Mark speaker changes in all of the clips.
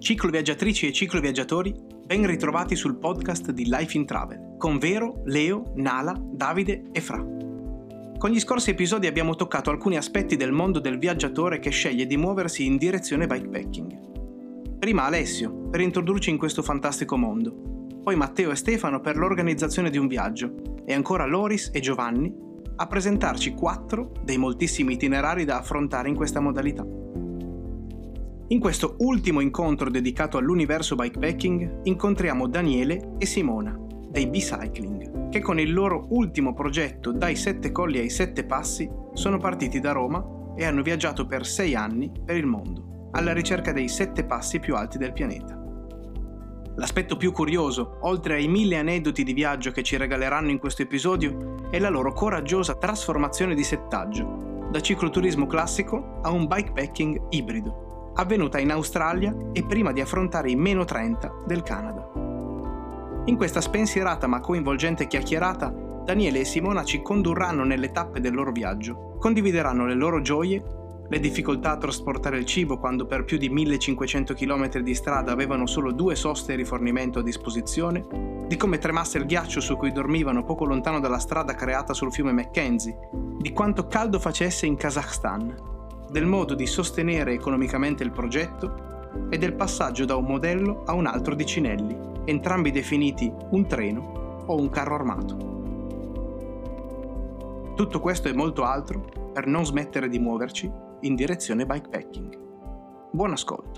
Speaker 1: Cicloviaggiatrici e cicloviaggiatori, ben ritrovati sul podcast di Life in Travel, con Vero, Leo, Nala, Davide e Fra. Con gli scorsi episodi abbiamo toccato alcuni aspetti del mondo del viaggiatore che sceglie di muoversi in direzione bikepacking. Prima Alessio, per introdurci in questo fantastico mondo, poi Matteo e Stefano per l'organizzazione di un viaggio, e ancora Loris e Giovanni a presentarci 4 dei moltissimi itinerari da affrontare in questa modalità. In questo ultimo incontro dedicato all'universo bikepacking incontriamo Daniele e Simona dei B-Cycling, che con il loro ultimo progetto Dai 7 Colli ai 7 Passi sono partiti da Roma e hanno viaggiato per 6 anni per il mondo, alla ricerca dei 7 passi più alti del pianeta. L'aspetto più curioso, oltre ai 1000 aneddoti di viaggio che ci regaleranno in questo episodio, è la loro coraggiosa trasformazione di settaggio, da cicloturismo classico a un bikepacking ibrido, avvenuta in Australia e prima di affrontare i -30 del Canada. In questa spensierata ma coinvolgente chiacchierata, Daniele e Simona ci condurranno nelle tappe del loro viaggio, condivideranno le loro gioie, le difficoltà a trasportare il cibo quando per più di 1500 km di strada avevano solo 2 soste e rifornimento a disposizione, di come tremasse il ghiaccio su cui dormivano poco lontano dalla strada creata sul fiume Mackenzie, di quanto caldo facesse in Kazakhstan, del modo di sostenere economicamente il progetto e del passaggio da un modello a un altro di Cinelli, entrambi definiti un treno o un carro armato. Tutto questo e molto altro per non smettere di muoverci in direzione bikepacking. Buon ascolto.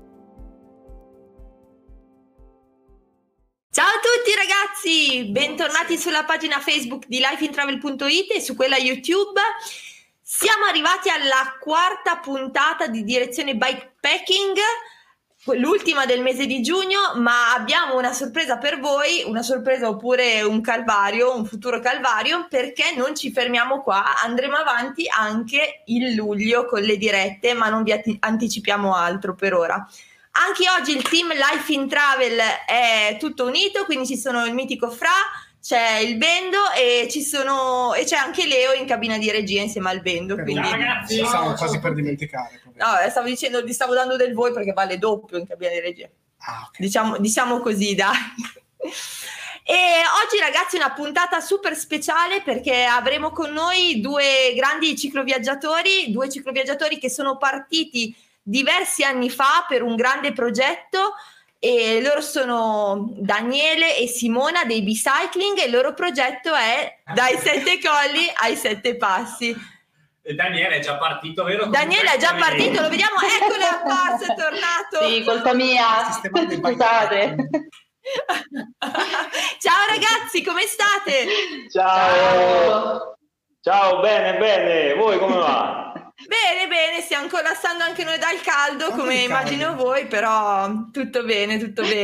Speaker 2: Ciao a tutti ragazzi, bentornati sulla pagina Facebook di lifeintravel.it e su quella YouTube. Siamo arrivati alla 4ª puntata di direzione bikepacking, l'ultima del mese di giugno, ma abbiamo una sorpresa per voi, una sorpresa oppure un calvario, un futuro calvario, perché non ci fermiamo qua, andremo avanti anche in luglio con le dirette, ma non vi anticipiamo altro per ora. Anche oggi il team Life in Travel è tutto unito, quindi ci sono il mitico Fra, c'è il Bendo e c'è anche Leo in cabina di regia insieme al Bendo. Quindi...
Speaker 3: Ciao ragazzi, stavo quasi per dimenticare.
Speaker 2: No, stavo dicendo, gli stavo dando del voi perché vale doppio in cabina di regia. Okay. Diciamo così, dai. E oggi ragazzi una puntata super speciale perché avremo con noi 2 grandi cicloviaggiatori, 2 cicloviaggiatori che sono partiti diversi anni fa per un grande progetto. E loro sono Daniele e Simona dei B-Cycling e il loro progetto è Dai 7 Colli ai 7 Passi.
Speaker 3: E Daniele è già partito, vero?
Speaker 2: Daniele è già partito, lo vediamo, eccolo, è apparso, è tornato.
Speaker 4: Sì, colpa mia, scusate.
Speaker 2: Ciao ragazzi, come state?
Speaker 5: Ciao, bene, voi come va?
Speaker 2: Bene, stiamo collassando anche noi dal caldo, come immagino voi, però tutto bene.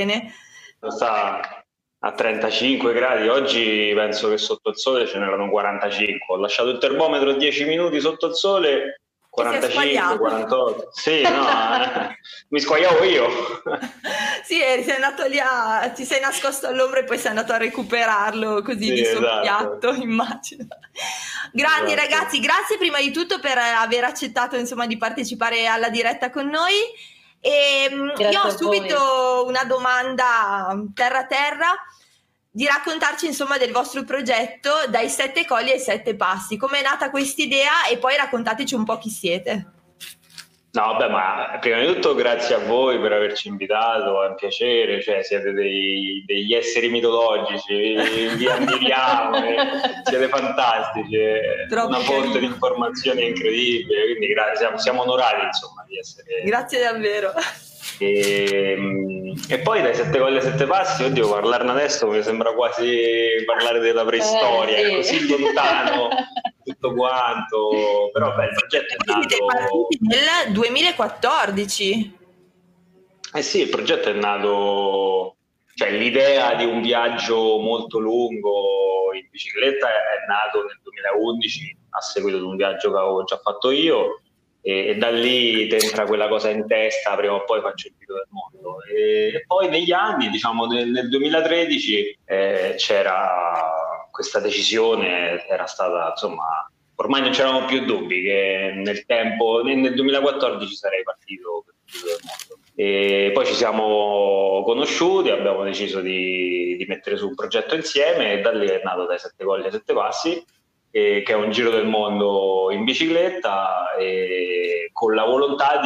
Speaker 5: Sta a 35 gradi, oggi penso che sotto il sole ce n'erano 45, ho lasciato il termometro 10 minuti sotto il sole, 45, 48, sì, no, mi squagliavo io.
Speaker 2: Sì, sei andato lì ti sei nascosto all'ombra e poi sei andato a recuperarlo così, sì, di soppiatto, esatto. Immagino. Grandi, esatto. Ragazzi, grazie prima di tutto per aver accettato insomma di partecipare alla diretta con noi. E io ho subito una domanda terra di raccontarci insomma del vostro progetto Dai 7 Colli ai 7 Passi. Com'è nata quest'idea e poi raccontateci un po' chi siete.
Speaker 5: No, vabbè, ma prima di tutto grazie a voi per averci invitato, è un piacere, cioè siete degli esseri mitologici, vi ammiriamo, siete fantastici, una fonte di informazione incredibile, quindi siamo onorati insomma di essere...
Speaker 2: Grazie davvero.
Speaker 5: E poi dai 7 colli ai 7 passi, oddio, parlarne adesso mi sembra quasi parlare della preistoria, sì. Così lontano tutto quanto, però beh, il progetto è nato...
Speaker 2: Siete partiti nel 2014.
Speaker 5: Sì, il progetto è nato, cioè l'idea di un viaggio molto lungo in bicicletta è nato nel 2011 a seguito di un viaggio che avevo già fatto io, e da lì ti entra quella cosa in testa, prima o poi faccio il giro del mondo. E poi negli anni, diciamo nel 2013 c'era questa decisione, era stata insomma, ormai non c'erano più dubbi che nel 2014 sarei partito per il giro del mondo. E poi ci siamo conosciuti, abbiamo deciso di mettere su un progetto insieme e da lì è nato Dai 7 Colli ai 7 Passi, che è un giro del mondo in bicicletta, con la volontà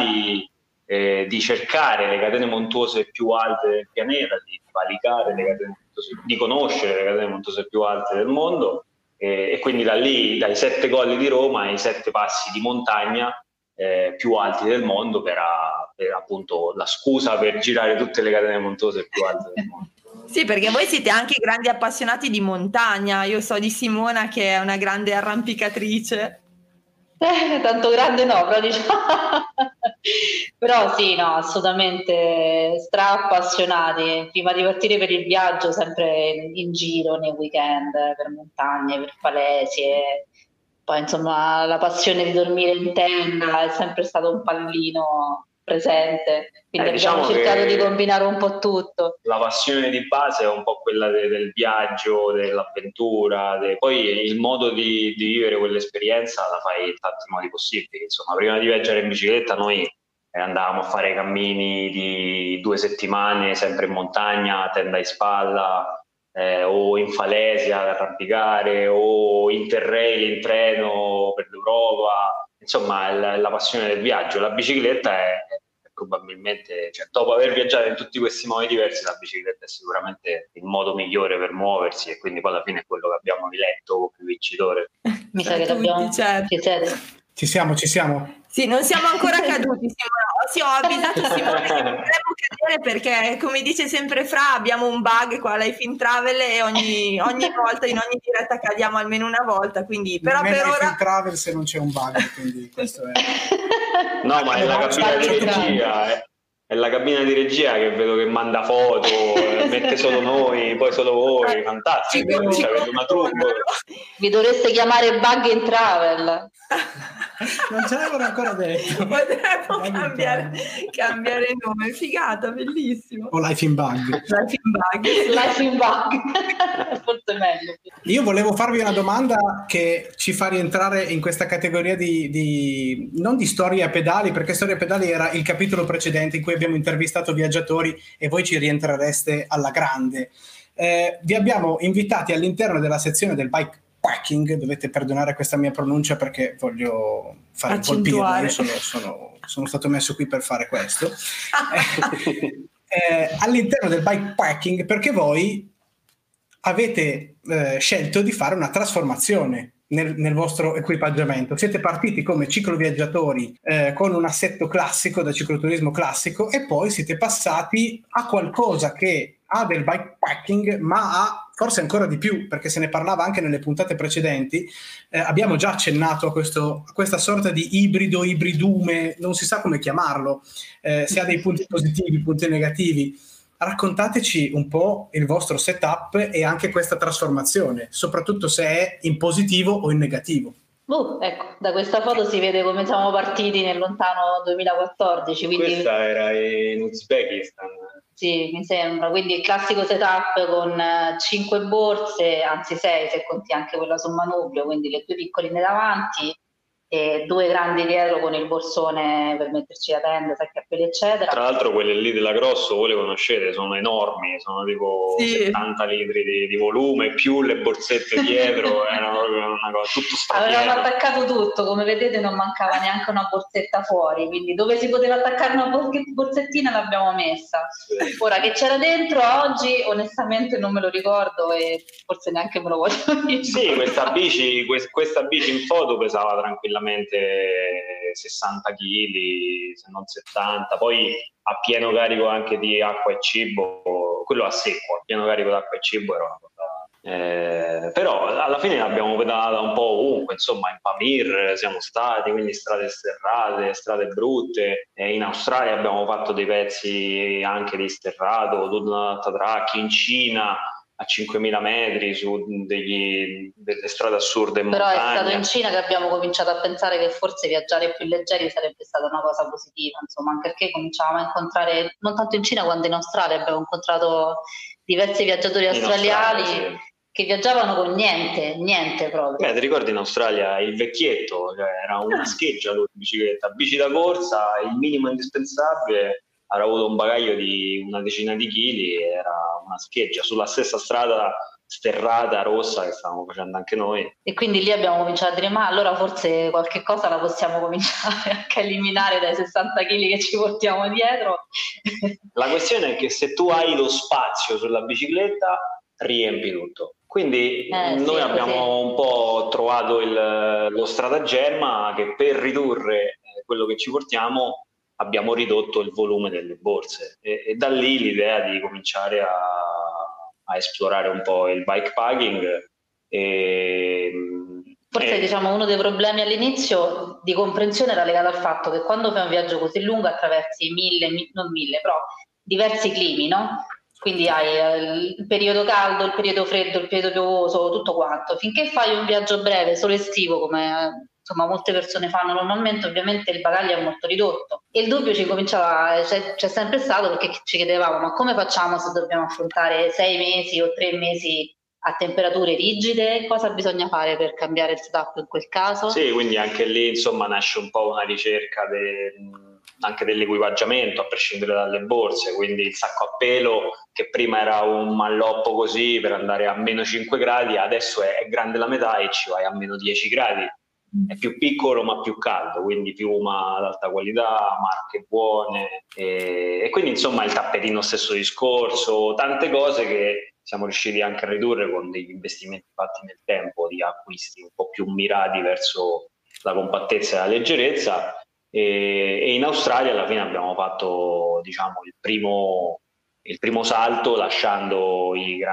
Speaker 5: di cercare le catene montuose più alte del pianeta, di valicare le catene montuose, di conoscere le catene montuose più alte del mondo, e quindi da lì, dai 7 colli di Roma ai 7 passi di montagna più alti del mondo, per appunto la scusa per girare tutte le catene montuose più alte del mondo.
Speaker 2: Sì, perché voi siete anche grandi appassionati di montagna. Io so di Simona che è una grande arrampicatrice.
Speaker 4: Tanto grande no, però diciamo però sì, no, assolutamente stra-appassionati. Prima di partire per il viaggio, sempre in giro, nei weekend, per montagne, per falesie. Poi insomma la passione di dormire in tenda è sempre stato un pallino presente, quindi abbiamo cercato di combinare un po' tutto.
Speaker 5: La passione di base è un po' quella del viaggio, dell'avventura, poi il modo di vivere quell'esperienza la fai in tanti modi possibili. Insomma, prima di viaggiare in bicicletta noi andavamo a fare cammini di 2 settimane, sempre in montagna, tenda in spalla, o in falesia ad arrampicare, o interrail in treno per l'Europa. Insomma, è la passione del viaggio. La bicicletta è probabilmente, cioè, dopo aver viaggiato in tutti questi modi diversi, la bicicletta è sicuramente il modo migliore per muoversi, e quindi poi alla fine è quello che abbiamo eletto più vincitore.
Speaker 4: Mi sa che dobbiamo...
Speaker 1: Ci siamo.
Speaker 2: Sì, non siamo ancora caduti, Simona. Sì, ho avvisato Simone che non dovremmo cadere perché, come dice sempre Fra, abbiamo un bug qua alla Life in Travel e ogni volta, in ogni diretta cadiamo almeno una volta, quindi però
Speaker 1: non
Speaker 2: per
Speaker 1: è
Speaker 2: ora...
Speaker 1: Life in Travel se non c'è un bug, quindi questo è...
Speaker 5: No, ma è la cabina di regia, è la cabina di regia che vedo che manda foto, mette solo noi, poi solo voi, fantastico, avete una troupe.
Speaker 4: Vi dovreste chiamare Bug in Travel.
Speaker 1: Non ce l'avevano ancora detto.
Speaker 2: Potremmo cambiare nome, figata, bellissimo.
Speaker 1: O Life in Bug.
Speaker 4: Life in Bug. Forse meglio.
Speaker 1: Io volevo farvi una domanda che ci fa rientrare in questa categoria non di storie a pedali, perché storie a pedali era il capitolo precedente in cui abbiamo intervistato viaggiatori e voi ci rientrereste alla grande. Vi abbiamo invitati all'interno della sezione del bikepacking, dovete perdonare questa mia pronuncia perché voglio fare colpire, sono stato messo qui per fare questo. All'interno del bikepacking, perché voi avete scelto di fare una trasformazione nel vostro equipaggiamento. Siete partiti come cicloviaggiatori con un assetto classico da cicloturismo classico, e poi siete passati a qualcosa che ha del bikepacking, ma ha forse ancora di più, perché se ne parlava anche nelle puntate precedenti. Abbiamo già accennato a questa sorta di ibridume, non si sa come chiamarlo, se ha dei punti positivi, punti negativi. Raccontateci un po' il vostro setup e anche questa trasformazione, soprattutto se è in positivo o in negativo.
Speaker 4: Ecco, da questa foto si vede come siamo partiti nel lontano 2014. Quindi...
Speaker 5: Questa era in Uzbekistan.
Speaker 4: Sì, mi sembra. Quindi il classico setup con 5 borse, anzi 6 se conti anche quella sul manubrio, quindi le 2 piccoline davanti e 2 grandi dietro con il borsone per metterci la tenda, sacchi a peli eccetera.
Speaker 5: Tra l'altro quelle lì della Grosso, voi le conoscete, sono enormi, sono tipo 70 litri di volume, più le borsette dietro, erano una cosa, tutto strapieno.
Speaker 4: Avevamo attaccato tutto, come vedete non mancava neanche una borsetta fuori, quindi dove si poteva attaccare una borsettina l'abbiamo messa. Sì. Ora che c'era dentro oggi onestamente non me lo ricordo e forse neanche me lo voglio dire.
Speaker 5: Sì, questa bici in foto pesava tranquillamente 60 kg, se non 70, poi a pieno carico anche di acqua e cibo, quello a secco, a pieno carico d'acqua e cibo era una cosa. Però alla fine l'abbiamo pedalata un po' ovunque, insomma in Pamir siamo stati, quindi strade sterrate, strade brutte, in Australia abbiamo fatto dei pezzi anche di sterrato, Tatra, in Cina a 5.000 metri su delle strade assurde in
Speaker 4: però
Speaker 5: montagna.
Speaker 4: È stato in Cina che abbiamo cominciato a pensare che forse viaggiare più leggeri sarebbe stata una cosa positiva, insomma, anche perché cominciavamo a incontrare, non tanto in Cina quanto in Australia, abbiamo incontrato diversi viaggiatori australiani che viaggiavano con niente proprio.
Speaker 5: Ti ricordi in Australia il vecchietto, cioè era una scheggia lui in bicicletta, bici da corsa, il minimo indispensabile, avrà avuto un bagaglio di una decina di chili, era una scheggia sulla stessa strada sterrata, rossa, che stavamo facendo anche noi.
Speaker 4: E quindi lì abbiamo cominciato a dire, ma allora forse qualche cosa la possiamo cominciare anche a eliminare dai 60 kg che ci portiamo dietro.
Speaker 5: La questione è che se tu hai lo spazio sulla bicicletta, riempi tutto. Quindi noi abbiamo un po' trovato lo stratagemma che per ridurre quello che ci portiamo abbiamo ridotto il volume delle borse e da lì l'idea di cominciare a esplorare un po' il bikepacking.
Speaker 4: Forse diciamo uno dei problemi all'inizio di comprensione era legato al fatto che quando fai un viaggio così lungo attraversi non mille, però diversi climi, no? Quindi hai il periodo caldo, il periodo freddo, il periodo piovoso, tutto quanto. Finché fai un viaggio breve, solo estivo, come insomma molte persone fanno normalmente, ovviamente il bagaglio è molto ridotto. E il dubbio c'è sempre stato, perché ci chiedevamo, ma come facciamo se dobbiamo affrontare 6 mesi o 3 mesi a temperature rigide? Cosa bisogna fare per cambiare il setup in quel caso?
Speaker 5: Sì, quindi anche lì insomma nasce un po' una ricerca anche dell'equipaggiamento, a prescindere dalle borse, quindi il sacco a pelo che prima era un malloppo così per andare a meno 5 gradi, adesso è grande la metà e ci vai a meno 10 gradi. È più piccolo ma più caldo, quindi piuma ad alta qualità, marche buone e quindi insomma il tappetino stesso discorso, tante cose che siamo riusciti anche a ridurre con degli investimenti fatti nel tempo, di acquisti un po' più mirati verso la compattezza e la leggerezza. E in Australia alla fine abbiamo fatto diciamo il primo salto, lasciando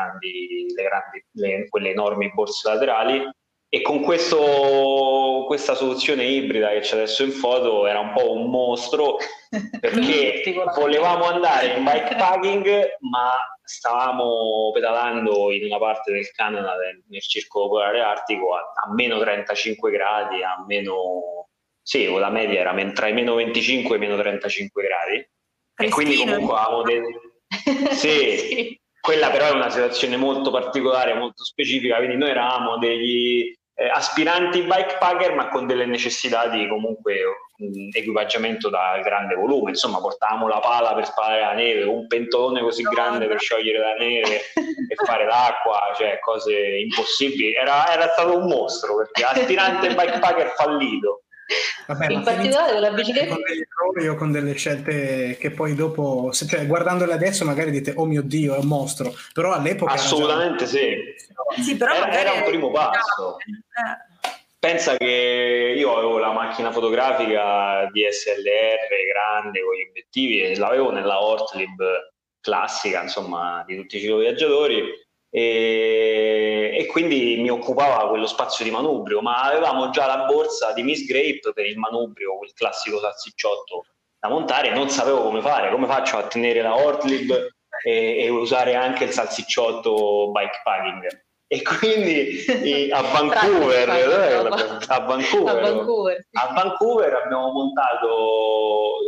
Speaker 5: quelle enormi borse laterali, e con questa soluzione ibrida che c'è adesso in foto era un po' un mostro, perché volevamo andare in bikepacking ma stavamo pedalando in una parte del Canada, nel circolo polare artico, a meno 35 gradi, sì, la media era tra i meno 25 e i meno 35 gradi. E quindi comunque avevamo sì, quella però è una situazione molto particolare, molto specifica, quindi noi eravamo degli aspiranti bikepacker ma con delle necessità di comunque equipaggiamento da grande volume, insomma portavamo la pala per spalare la neve, un pentolone così grande per sciogliere la neve e fare l'acqua, cioè cose impossibili. Era stato un mostro, perché aspirante bikepacker fallito.
Speaker 1: Vabbè,
Speaker 4: in particolare con la bicicletta
Speaker 1: con degli errori o con delle scelte che poi dopo, cioè guardandole adesso magari dite oh mio Dio è un mostro, però all'epoca
Speaker 5: assolutamente
Speaker 2: sì, però
Speaker 5: era un primo passo. Pensa che io avevo la macchina fotografica DSLR grande con gli obiettivi e l'avevo nella Ortlieb classica, insomma, di tutti i cicloviaggiatori, e quindi mi occupava quello spazio di manubrio, ma avevamo già la borsa di Miss Grape per il manubrio, quel classico salsicciotto da montare, e non sapevo come faccio a tenere la Ortlieb e usare anche il salsicciotto bikepacking. E quindi a Vancouver abbiamo montato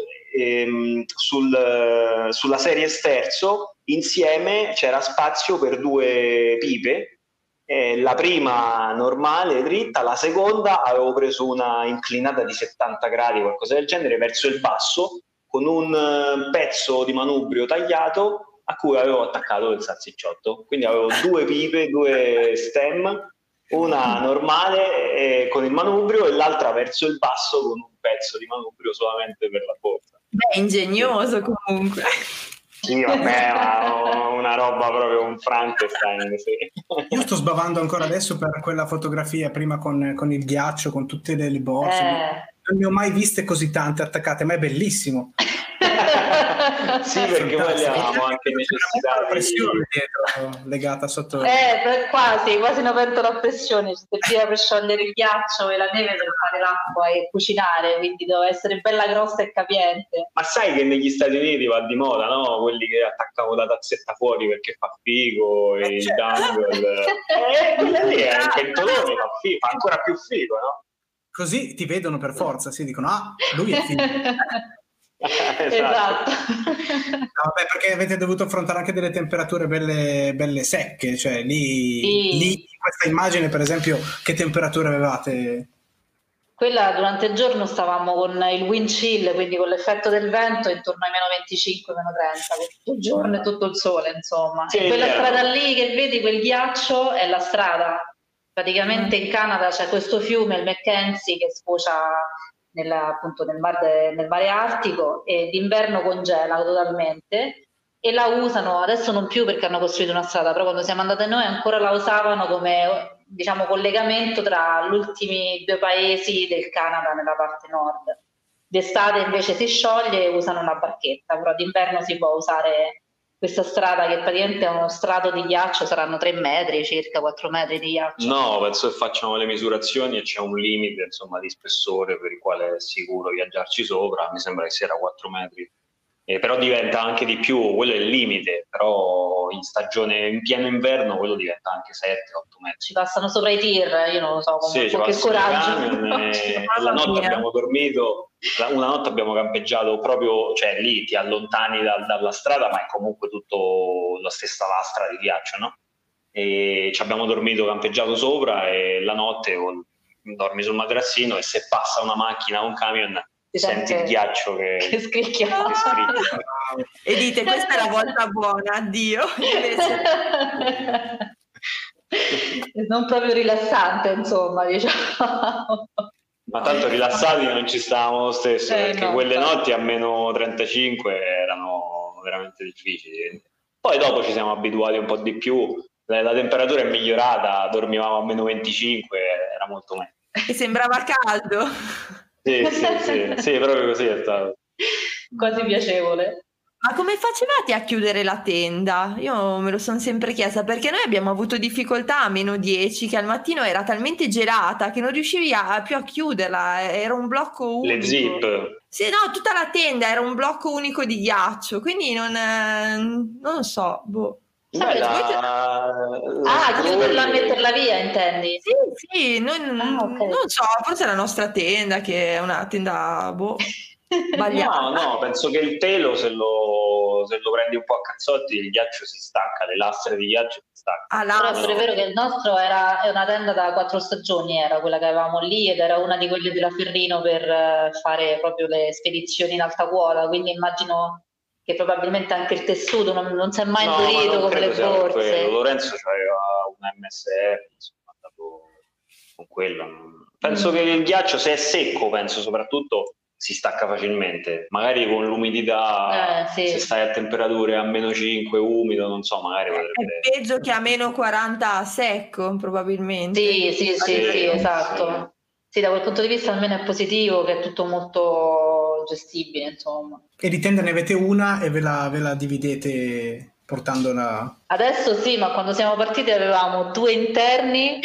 Speaker 5: sulla serie sterzo insieme, c'era spazio per 2 pipe, la prima normale dritta, la seconda avevo preso una inclinata di 70 gradi, qualcosa del genere, verso il basso, con un pezzo di manubrio tagliato a cui avevo attaccato il salsicciotto. Quindi avevo 2 pipe, 2 stem, una normale con il manubrio e l'altra verso il basso con un pezzo di manubrio solamente per la borsa.
Speaker 2: Beh, ingegnoso comunque.
Speaker 5: Sì, vabbè, ma una roba proprio un Frankenstein. Sì.
Speaker 1: Io sto sbavando ancora adesso per quella fotografia prima con il ghiaccio, con tutte le borse. Non ne ho mai viste così tante attaccate, ma è bellissimo.
Speaker 5: Sì, perché noi avevamo anche necessità
Speaker 1: di pressione dietro legata sotto
Speaker 4: quasi una pentola a pressione, ci serviva per sciogliere il ghiaccio e la neve per fare l'acqua e cucinare, quindi doveva essere bella grossa e capiente.
Speaker 5: Ma sai che negli Stati Uniti va di moda, no? Quelli che attaccano la tazzetta fuori perché fa figo, il dangle quella lì è un pentolone, fa ancora più figo, no?
Speaker 1: Così ti vedono per forza, si dicono lui è figo.
Speaker 4: Esatto.
Speaker 1: No, vabbè, perché avete dovuto affrontare anche delle temperature belle secche, cioè lì in questa immagine per esempio che temperature avevate?
Speaker 4: Quella durante il giorno stavamo con il wind chill, quindi con l'effetto del vento intorno ai meno 25, meno 30, tutto il giorno e tutto il sole, insomma.
Speaker 5: Sì,
Speaker 4: e quella
Speaker 5: vero.
Speaker 4: strada lì che vedi, quel ghiaccio, è la strada. Praticamente in Canada c'è questo fiume, il Mackenzie, che sfocia appunto nel mare Artico, e d'inverno congela totalmente e la usano, adesso non più perché hanno costruito una strada, però quando siamo andate noi ancora la usavano come, diciamo, collegamento tra gli ultimi due paesi del Canada nella parte nord. D'estate invece si scioglie e usano una barchetta, però d'inverno si può usare questa strada che praticamente è uno strato di ghiaccio, saranno 3 metri, circa 4 metri di ghiaccio.
Speaker 5: No, penso che facciano le misurazioni e c'è un limite, insomma, di spessore per il quale è sicuro viaggiarci sopra. Mi sembra che sia da 4 metri. Però diventa anche di più, quello è il limite, però in stagione, in pieno inverno, quello diventa anche 7-8 metri.
Speaker 4: Ci passano sopra i tir, io non lo so, con
Speaker 5: Sì,
Speaker 4: che coraggio.
Speaker 5: La notte abbiamo dormito, una notte abbiamo campeggiato proprio, cioè lì ti allontani dalla strada, ma è comunque tutto la stessa lastra di ghiaccio, no? E ci abbiamo dormito campeggiato sopra e la notte dormi sul materassino e se passa una macchina o un camion senti il ghiaccio che
Speaker 4: scricchia.
Speaker 2: E dite, questa è la volta buona, addio.
Speaker 4: Non proprio rilassante, insomma, diciamo.
Speaker 5: Ma tanto rilassati non ci stavamo lo stesso, perché
Speaker 4: no,
Speaker 5: quelle notti a meno 35 erano veramente difficili. Poi dopo ci siamo abituati un po' di più, la temperatura è migliorata, dormivamo a meno 25, era molto meglio.
Speaker 2: E sembrava caldo.
Speaker 5: Sì, proprio così è stato.
Speaker 4: Quasi piacevole.
Speaker 2: Ma come facevate a chiudere la tenda? Io me lo sono sempre chiesta, perché noi abbiamo avuto difficoltà a meno 10, che al mattino era talmente gelata che non riuscivi più a chiuderla, era un blocco unico.
Speaker 5: Le zip.
Speaker 2: Sì, no, tutta la tenda era un blocco unico di ghiaccio, quindi non so, boh.
Speaker 4: Chiuderla e metterla via, intendi?
Speaker 2: Sì, okay. Non so, forse è la nostra tenda che è una tenda sbagliata.
Speaker 5: No, penso che il telo se lo prendi un po' a cazzotti il ghiaccio si stacca, le lastre di ghiaccio si staccano.
Speaker 4: Però è vero che il nostro è una tenda da 4 stagioni, era quella che avevamo lì ed era una di quelle della Ferrino per fare proprio le spedizioni in alta quota, quindi immagino che probabilmente anche il tessuto non si è mai indurito come le borse.
Speaker 5: Lorenzo aveva una MSF, insomma, andato con quello. Penso che il ghiaccio, se è secco, soprattutto si stacca facilmente, magari con l'umidità, se stai a temperature a meno 5, umido, non so, magari potrebbe...
Speaker 2: È peggio che a meno 40 secco, probabilmente.
Speaker 4: Sì, esatto. Sì, da quel punto di vista almeno è positivo, che è tutto molto gestibile, insomma.
Speaker 1: E di tenda ne avete una e ve la dividete portandola...
Speaker 4: Adesso sì, ma quando siamo partiti avevamo 2 interni,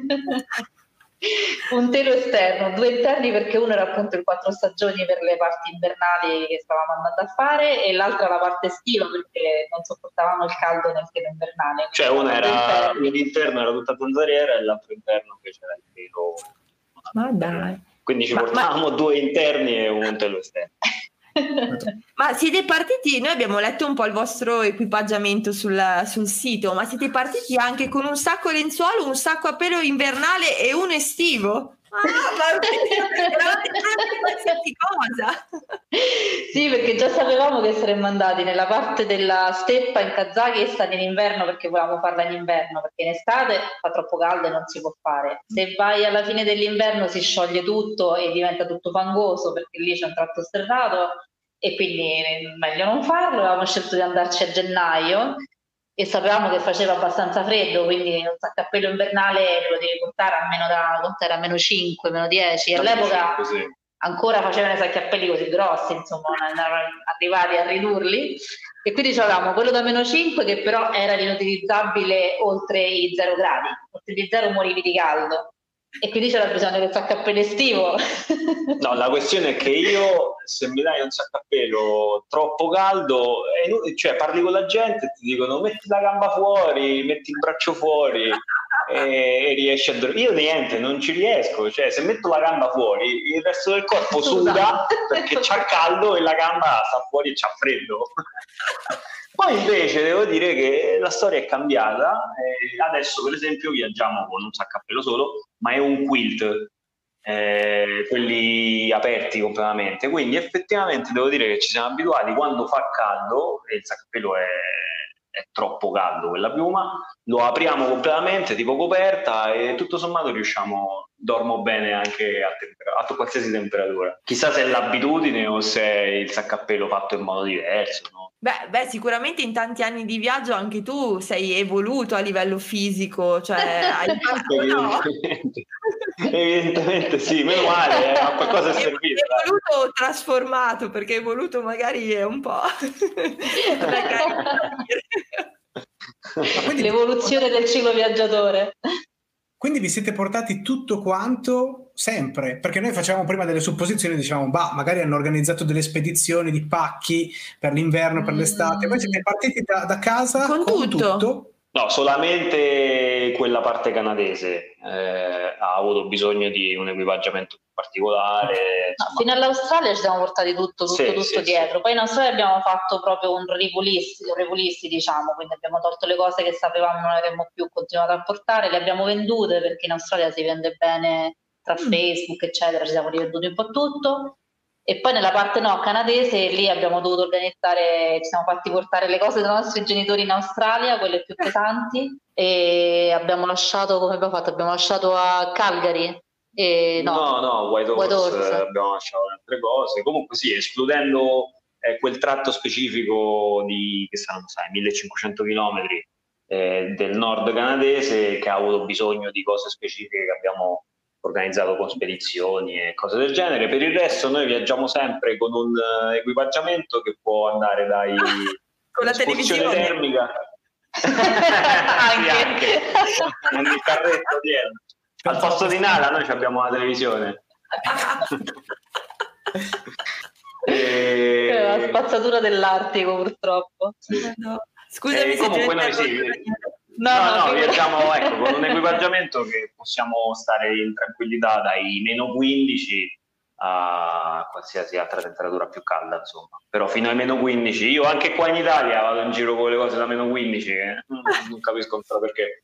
Speaker 4: un telo esterno, 2 interni perché uno era appunto il 4 stagioni per le parti invernali che stavamo andando a fare e l'altra la parte estiva perché non sopportavamo il caldo nel telo invernale.
Speaker 5: Cioè l'interno era tutta zanzariera e l'altro interno invece era il telo.
Speaker 2: Ma dai.
Speaker 5: Quindi ci portavamo 2 interni e un telo esterno.
Speaker 2: Ma siete partiti, noi abbiamo letto un po' il vostro equipaggiamento sul sito, ma siete partiti anche con un sacco lenzuolo, un sacco a pelo invernale e uno estivo? Eravate pronti qualsiasi cosa.
Speaker 4: Sì, perché già sapevamo che saremmo andati nella parte della steppa in Kazakistan in inverno perché volevamo farla in inverno, perché in estate fa troppo caldo e non si può fare. Se vai alla fine dell'inverno si scioglie tutto e diventa tutto fangoso perché lì c'è un tratto sterrato e quindi meglio non farlo. Avevamo scelto di andarci a gennaio e sapevamo che faceva abbastanza freddo, quindi un sacco a pelo invernale lo devi portare a meno 5, meno 10 e all'epoca ancora facevano i sacchi a peli così grossi, insomma non erano arrivati a ridurli e quindi avevamo quello da meno 5 che però era inutilizzabile oltre i 0 gradi, oltre di 0 morivi di caldo e quindi c'era bisogno del sacco a pelo estivo.
Speaker 5: No, la questione è che io se mi dai un sacco a pelo troppo caldo, cioè parli con la gente e ti dicono metti la gamba fuori, metti il braccio fuori e riesci a dormire. Io niente, non ci riesco, cioè se metto la gamba fuori il resto del corpo suda perché c'ha caldo e la gamba sta fuori e c'ha freddo. Poi invece devo dire che la storia è cambiata, adesso per esempio viaggiamo con un sacco a pelo solo, ma è un quilt, quelli aperti completamente, quindi effettivamente devo dire che ci siamo abituati. Quando fa caldo e il saccappello è troppo caldo, quella piuma, lo apriamo completamente tipo coperta e tutto sommato dormo bene anche a qualsiasi temperatura. Chissà se è l'abitudine o se è il saccappello fatto in modo diverso, no?
Speaker 2: Beh, sicuramente in tanti anni di viaggio anche tu sei evoluto a livello fisico, cioè hai no?
Speaker 5: Evidentemente sì, meno male, a qualcosa è servito.
Speaker 2: È evoluto trasformato, perché evoluto magari è un po'...
Speaker 4: L'evoluzione del ciclo viaggiatore.
Speaker 1: Quindi vi siete portati tutto quanto sempre? Perché noi facevamo prima delle supposizioni, dicevamo, magari hanno organizzato delle spedizioni di pacchi per l'inverno, per l'estate. Voi siete partiti da casa con tutto?
Speaker 5: No, solamente quella parte canadese ha avuto bisogno di un equipaggiamento particolare.
Speaker 4: No, fino all'Australia ci siamo portati tutto dietro. Poi in Australia abbiamo fatto proprio un repulisti, diciamo, quindi abbiamo tolto le cose che sapevamo non avremmo più continuato a portare, le abbiamo vendute perché in Australia si vende bene tra Facebook, eccetera, ci siamo rivenduti un po' tutto. E poi nella parte canadese, lì abbiamo dovuto organizzare, ci siamo fatti portare le cose dei nostri genitori in Australia, quelle più pesanti, e abbiamo lasciato, come abbiamo fatto? Abbiamo lasciato a Calgary.
Speaker 5: Whitehorse abbiamo lasciato altre cose. Comunque sì, escludendo quel tratto specifico di, che saranno 1500 km del nord canadese, che ha avuto bisogno di cose specifiche che abbiamo organizzato con spedizioni e cose del genere. Per il resto noi viaggiamo sempre con un equipaggiamento che può andare
Speaker 2: con la televisione
Speaker 5: termica anche con il carretto dietro. Al posto di Nala noi abbiamo la televisione.
Speaker 4: La spazzatura dell'Artico, purtroppo.
Speaker 2: Scusami,
Speaker 5: comunque noi sì. No, viaggiamo con un equipaggiamento che possiamo stare in tranquillità dai -15 a qualsiasi altra temperatura più calda, insomma. Però fino ai -15, io anche qua in Italia vado in giro con le cose da -15, non capisco ancora perché.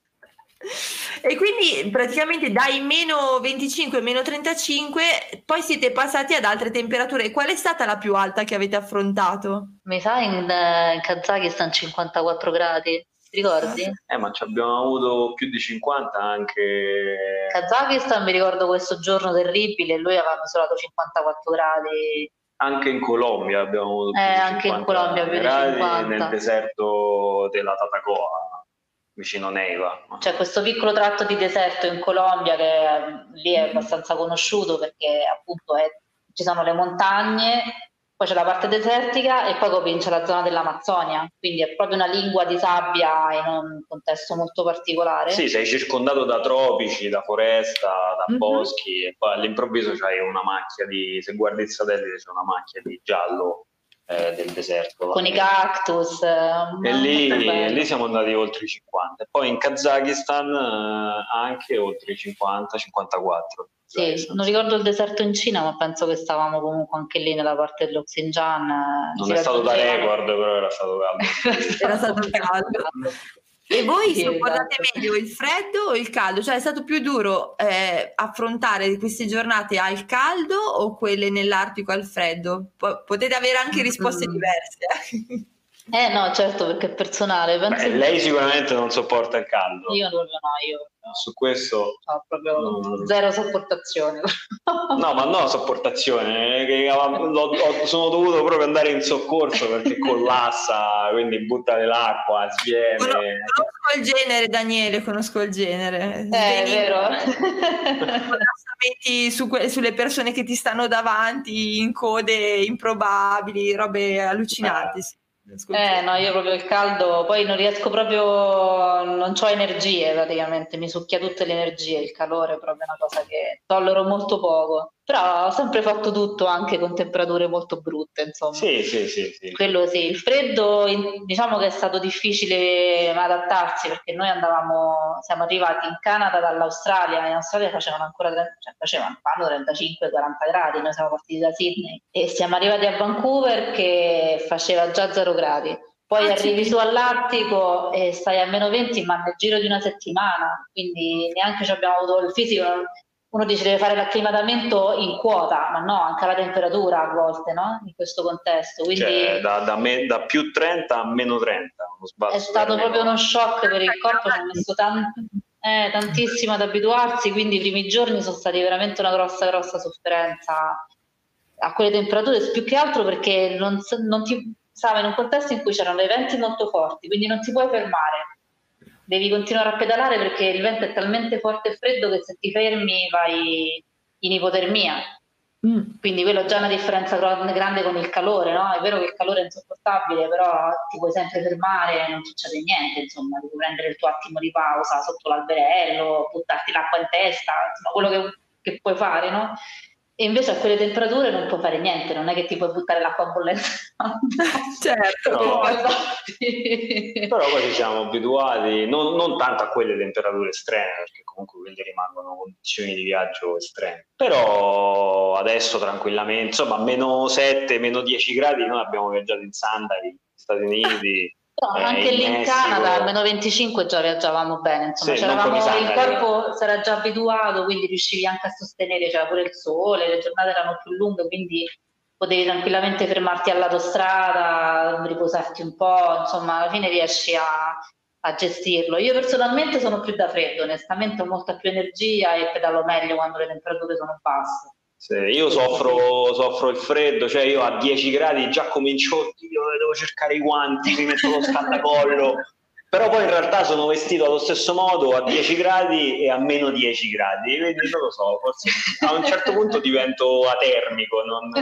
Speaker 2: E quindi praticamente dai -25 -35 poi siete passati ad altre temperature. Qual è stata la più alta che avete affrontato?
Speaker 4: Mi sa in Kazakistan 54 gradi, ti ricordi?
Speaker 5: Ma ci abbiamo avuto più di 50 anche.
Speaker 4: Kazakistan mi ricordo questo giorno terribile, lui aveva misurato 54 gradi.
Speaker 5: Anche in Colombia abbiamo avuto più di 50
Speaker 4: anche in Colombia più di
Speaker 5: gradi,
Speaker 4: 50.
Speaker 5: nel deserto della Tatacoa, vicino Neiva.
Speaker 4: C'è questo piccolo tratto di deserto in Colombia che lì è abbastanza conosciuto perché appunto ci sono le montagne, poi c'è la parte desertica e poi comincia la zona dell'Amazzonia, quindi è proprio una lingua di sabbia in un contesto molto particolare.
Speaker 5: Sì, sei circondato da tropici, da foresta, da boschi e poi all'improvviso c'hai una macchia se guardi il satellite c'è una macchia di giallo del deserto.
Speaker 4: Con i cactus.
Speaker 5: E lì siamo andati oltre i 50. E poi in Kazakistan anche oltre i 50, 54.
Speaker 4: Sì, non ricordo il deserto in Cina, ma penso che stavamo comunque anche lì nella parte dello Xinjiang.
Speaker 5: Non è stato da record, però era stato caldo.
Speaker 2: Era stato caldo. E voi sopportate meglio il freddo o il caldo? Cioè è stato più duro affrontare queste giornate al caldo o quelle nell'Artico al freddo? Potete avere anche risposte diverse.
Speaker 4: No, certo, perché è personale. Penso
Speaker 5: lei sicuramente non sopporta il caldo.
Speaker 4: Io proprio no,
Speaker 5: su questo
Speaker 4: ho proprio zero sopportazione.
Speaker 5: No, sopportazione, sono dovuto proprio andare in soccorso perché collassa, quindi butta nell'acqua, sviene.
Speaker 2: Conosco il genere, Daniele, conosco il genere.
Speaker 4: È vero.
Speaker 2: Sulle persone che ti stanno davanti in code improbabili, robe allucinanti. Sì.
Speaker 4: No, io proprio il caldo, poi non riesco proprio, non ho energie praticamente, mi succhia tutte le energie, il calore è proprio una cosa che tollero molto poco, però ho sempre fatto tutto anche con temperature molto brutte, insomma.
Speaker 5: Sì.
Speaker 4: Quello sì, il freddo diciamo che è stato difficile adattarsi perché noi siamo arrivati in Canada dall'Australia, in Australia fanno 35-40 gradi, noi siamo partiti da Sydney e siamo arrivati a Vancouver che faceva già 0 gradi. Poi arrivi su all'Artico e stai a -20, ma nel giro di una settimana, quindi neanche ci abbiamo avuto il fisico. uno dice deve fare l'acclimatamento in quota, ma no, anche alla temperatura a volte, no? In questo contesto. Quindi
Speaker 5: cioè, da più 30 a meno 30.
Speaker 4: è stato proprio uno shock per il corpo, ci ha messo tantissimo ad abituarsi, quindi i primi giorni sono stati veramente una grossa sofferenza a quelle temperature, più che altro perché non ti stava in un contesto in cui c'erano dei venti molto forti, quindi non ti puoi fermare. Devi continuare a pedalare perché il vento è talmente forte e freddo che se ti fermi vai in ipotermia. Quindi quello è già una differenza grande con il calore, no? È vero che il calore è insopportabile, però ti puoi sempre fermare, non succede niente, insomma, devi prendere il tuo attimo di pausa sotto l'alberello, buttarti l'acqua in testa, insomma, quello che puoi fare, no? E invece a quelle temperature non puoi fare niente, non è che ti puoi buttare l'acqua bollente.
Speaker 2: Certo.
Speaker 5: Però poi ci siamo abituati, non tanto a quelle temperature estreme, perché comunque quelle rimangono condizioni di viaggio estreme. Però adesso tranquillamente, insomma, meno 7, meno 10 gradi, noi abbiamo viaggiato in sandali negli Stati Uniti.
Speaker 4: No, anche lì in Canada a meno 25 già viaggiavamo bene, insomma,
Speaker 5: sì,
Speaker 4: il corpo si era già abituato, quindi riuscivi anche a sostenere, c'era pure il sole, le giornate erano più lunghe, quindi potevi tranquillamente fermarti all'autostrada, riposarti un po', insomma, alla fine riesci a gestirlo. Io personalmente sono più da freddo, onestamente ho molta più energia e pedalo meglio quando le temperature sono basse.
Speaker 5: Sì, io soffro il freddo, cioè io a 10 gradi già comincio, oddio, devo cercare i guanti, mi metto lo scaldacollo, però poi in realtà sono vestito allo stesso modo a 10 gradi e a meno 10 gradi, quindi non lo so, forse a un certo punto divento atermico, non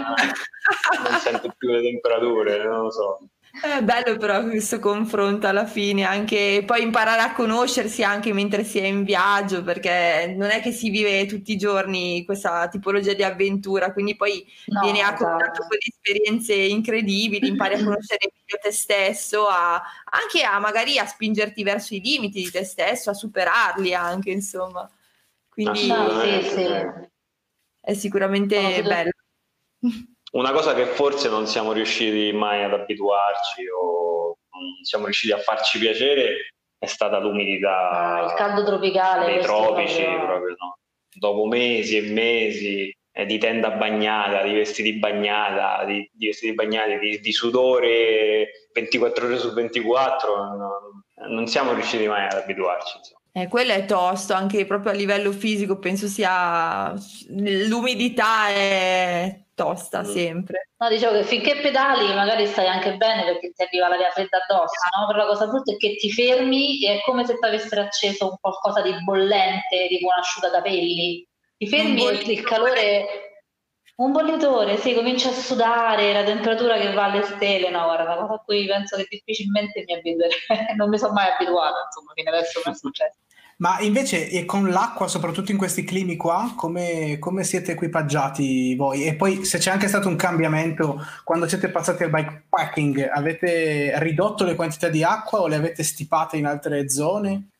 Speaker 5: sento più le temperature, non lo so.
Speaker 2: È bello però questo confronto alla fine, anche poi imparare a conoscersi anche mentre si è in viaggio, perché non è che si vive tutti i giorni questa tipologia di avventura, quindi poi vieni a contatto con esperienze incredibili, impari a conoscere meglio te stesso, anche magari a spingerti verso i limiti di te stesso, a superarli anche, insomma. Quindi
Speaker 4: sì.
Speaker 2: è sicuramente bello.
Speaker 5: Una cosa che forse non siamo riusciti mai ad abituarci o non siamo riusciti a farci piacere è stata l'umidità,
Speaker 4: il caldo tropicale
Speaker 5: dei tropici, proprio, no? Dopo mesi e mesi di tenda bagnata, di vestiti bagnata, di vestiti bagnati, di sudore 24 ore su 24, non siamo riusciti mai ad abituarci, insomma.
Speaker 2: Quello è tosto, anche proprio a livello fisico, penso sia l'umidità è tosta sempre.
Speaker 4: No, dicevo che finché pedali magari stai anche bene perché ti arriva l'aria fredda addosso, no? Però la cosa brutta è che ti fermi e è come se ti avessero acceso un qualcosa di bollente, tipo un asciugacapelli. Ti fermi e il calore, un bollitore, sì, comincia a sudare, la temperatura che va alle stelle, no, guarda, una cosa a cui penso che difficilmente mi abituerei, non mi sono mai abituata, insomma, fino adesso non è successo.
Speaker 1: Ma invece e con l'acqua, soprattutto in questi climi qua, come siete equipaggiati voi? E poi se c'è anche stato un cambiamento quando siete passati al bikepacking, avete ridotto le quantità di acqua o le avete stipate in altre zone?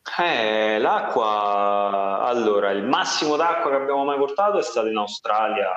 Speaker 5: L'acqua, allora, il massimo d'acqua che abbiamo mai portato è stato in Australia.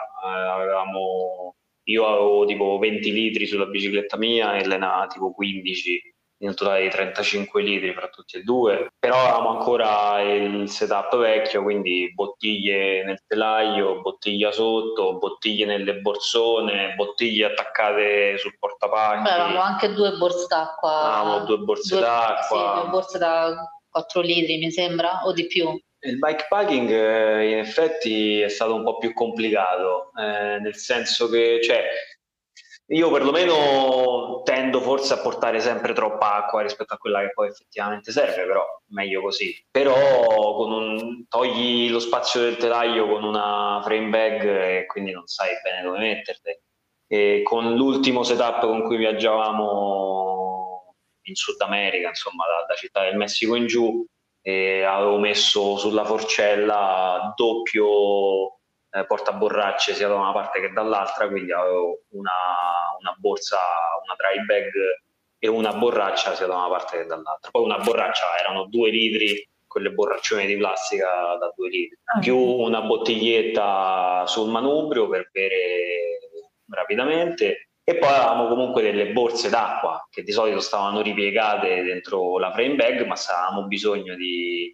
Speaker 5: Io avevo tipo 20 litri sulla bicicletta mia e Elena tipo 15, in un totale di 35 litri fra tutti e due, però avevamo ancora il setup vecchio, quindi bottiglie nel telaio, bottiglia sotto, bottiglie nelle borsone, bottiglie attaccate sul portapacchi.
Speaker 4: Avevamo anche 2 borse d'acqua.
Speaker 5: Avevamo 2 borse d'acqua.
Speaker 4: Sì, 2 borse da 4 litri mi sembra, o di più.
Speaker 5: Il bikepacking in effetti è stato un po' più complicato, nel senso che, cioè, io perlomeno tendo forse a portare sempre troppa acqua rispetto a quella che poi effettivamente serve, però meglio così. Però togli lo spazio del telaio con una frame bag e quindi non sai bene dove metterle. E con l'ultimo setup con cui viaggiavamo in Sud America, insomma da Città del Messico in giù, avevo messo sulla forcella doppio portaborracce sia da una parte che dall'altra, quindi avevo una borsa, una dry bag e una borraccia sia da una parte che dall'altra. Poi una borraccia erano 2 litri, quelle borraccione di plastica da 2 litri, più una bottiglietta sul manubrio per bere rapidamente, e poi avevamo comunque delle borse d'acqua che di solito stavano ripiegate dentro la frame bag, ma se avevamo bisogno di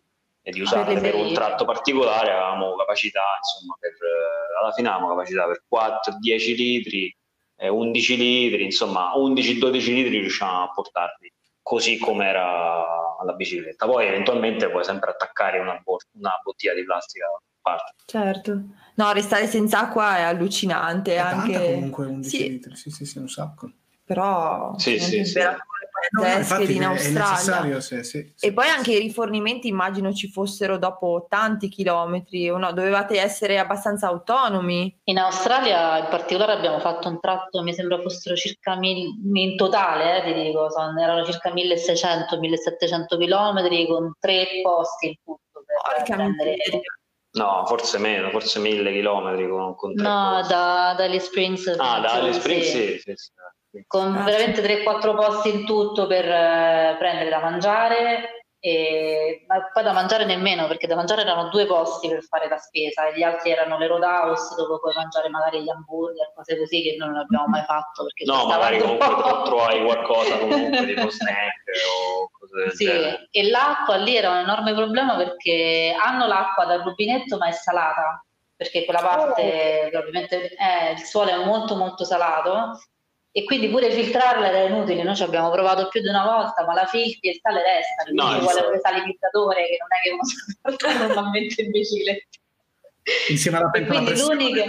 Speaker 5: e di usarle per un tratto particolare. Avevamo capacità, insomma, alla fine avevamo capacità per 4-10 litri, 11 litri, insomma 11-12 litri riuscivamo a portarli così come era la bicicletta. Poi eventualmente puoi sempre attaccare una bottiglia di plastica a parte.
Speaker 2: Certo. No, restare senza acqua è allucinante.
Speaker 3: È
Speaker 2: anche
Speaker 3: tanta comunque 11
Speaker 2: sì,
Speaker 3: litri, sì, un sacco.
Speaker 2: però
Speaker 5: Sì.
Speaker 3: Infatti
Speaker 2: in
Speaker 3: è
Speaker 2: Australia.
Speaker 3: necessario, sì.
Speaker 2: E poi anche i rifornimenti immagino ci fossero dopo tanti chilometri, o no? Dovevate essere abbastanza autonomi.
Speaker 4: In Australia in particolare abbiamo fatto un tratto, mi sembra fossero circa in totale, ti dico, erano circa 1600-1700 chilometri con 3 posti in tutto per
Speaker 2: Porca
Speaker 4: prendere.
Speaker 2: miseria.
Speaker 5: No, forse meno, forse 1000 chilometri con 3
Speaker 4: No,
Speaker 5: posti.
Speaker 4: da Alice Springs.
Speaker 5: Da Alice Springs sì.
Speaker 4: Con veramente 3-4 posti in tutto per prendere da mangiare, ma poi da mangiare nemmeno, perché da mangiare erano 2 posti per fare la spesa e gli altri erano le roadhouse dove puoi mangiare magari gli hamburger, cose così che non abbiamo mai fatto. Perché
Speaker 5: magari comunque trovi qualcosa comunque tipo snack o cose del genere.
Speaker 4: E l'acqua lì era un enorme problema perché hanno l'acqua dal rubinetto ma è salata, perché quella parte ovviamente il suolo è molto molto salato. E quindi pure filtrarla era inutile, noi ci abbiamo provato più di una volta, ma la filtri e il sale resta, quindi ci vuole un risalinizzatore che non è che uno si porta normalmente in bicicletta.
Speaker 3: Insieme alla pentola
Speaker 4: L'unica...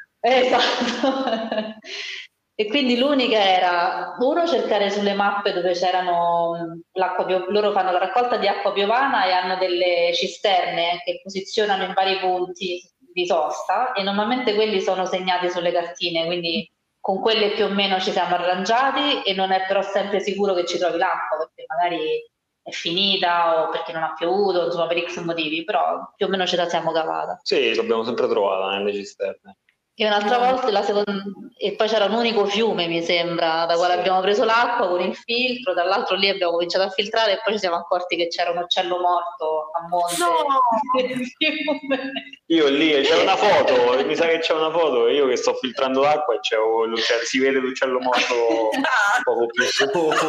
Speaker 4: Esatto. E quindi l'unica era, uno, cercare sulle mappe dove c'erano loro fanno la raccolta di acqua piovana e hanno delle cisterne che posizionano in vari punti di sosta e normalmente quelli sono segnati sulle cartine, quindi con quelle più o meno ci siamo arrangiati e non è però sempre sicuro che ci trovi l'acqua perché magari è finita o perché non ha piovuto, insomma per X motivi, però più o meno ce la siamo cavata.
Speaker 5: Sì, l'abbiamo sempre trovata nelle cisterne.
Speaker 4: E un'altra volta e poi c'era un unico fiume, mi sembra, da quale abbiamo preso l'acqua con il filtro, dall'altro lì abbiamo cominciato a filtrare e poi ci siamo accorti che c'era un uccello morto a monte nel fiume.
Speaker 5: Io lì c'è una foto, mi sa che c'è una foto, io che sto filtrando l'acqua e si vede l'uccello morto poco più su.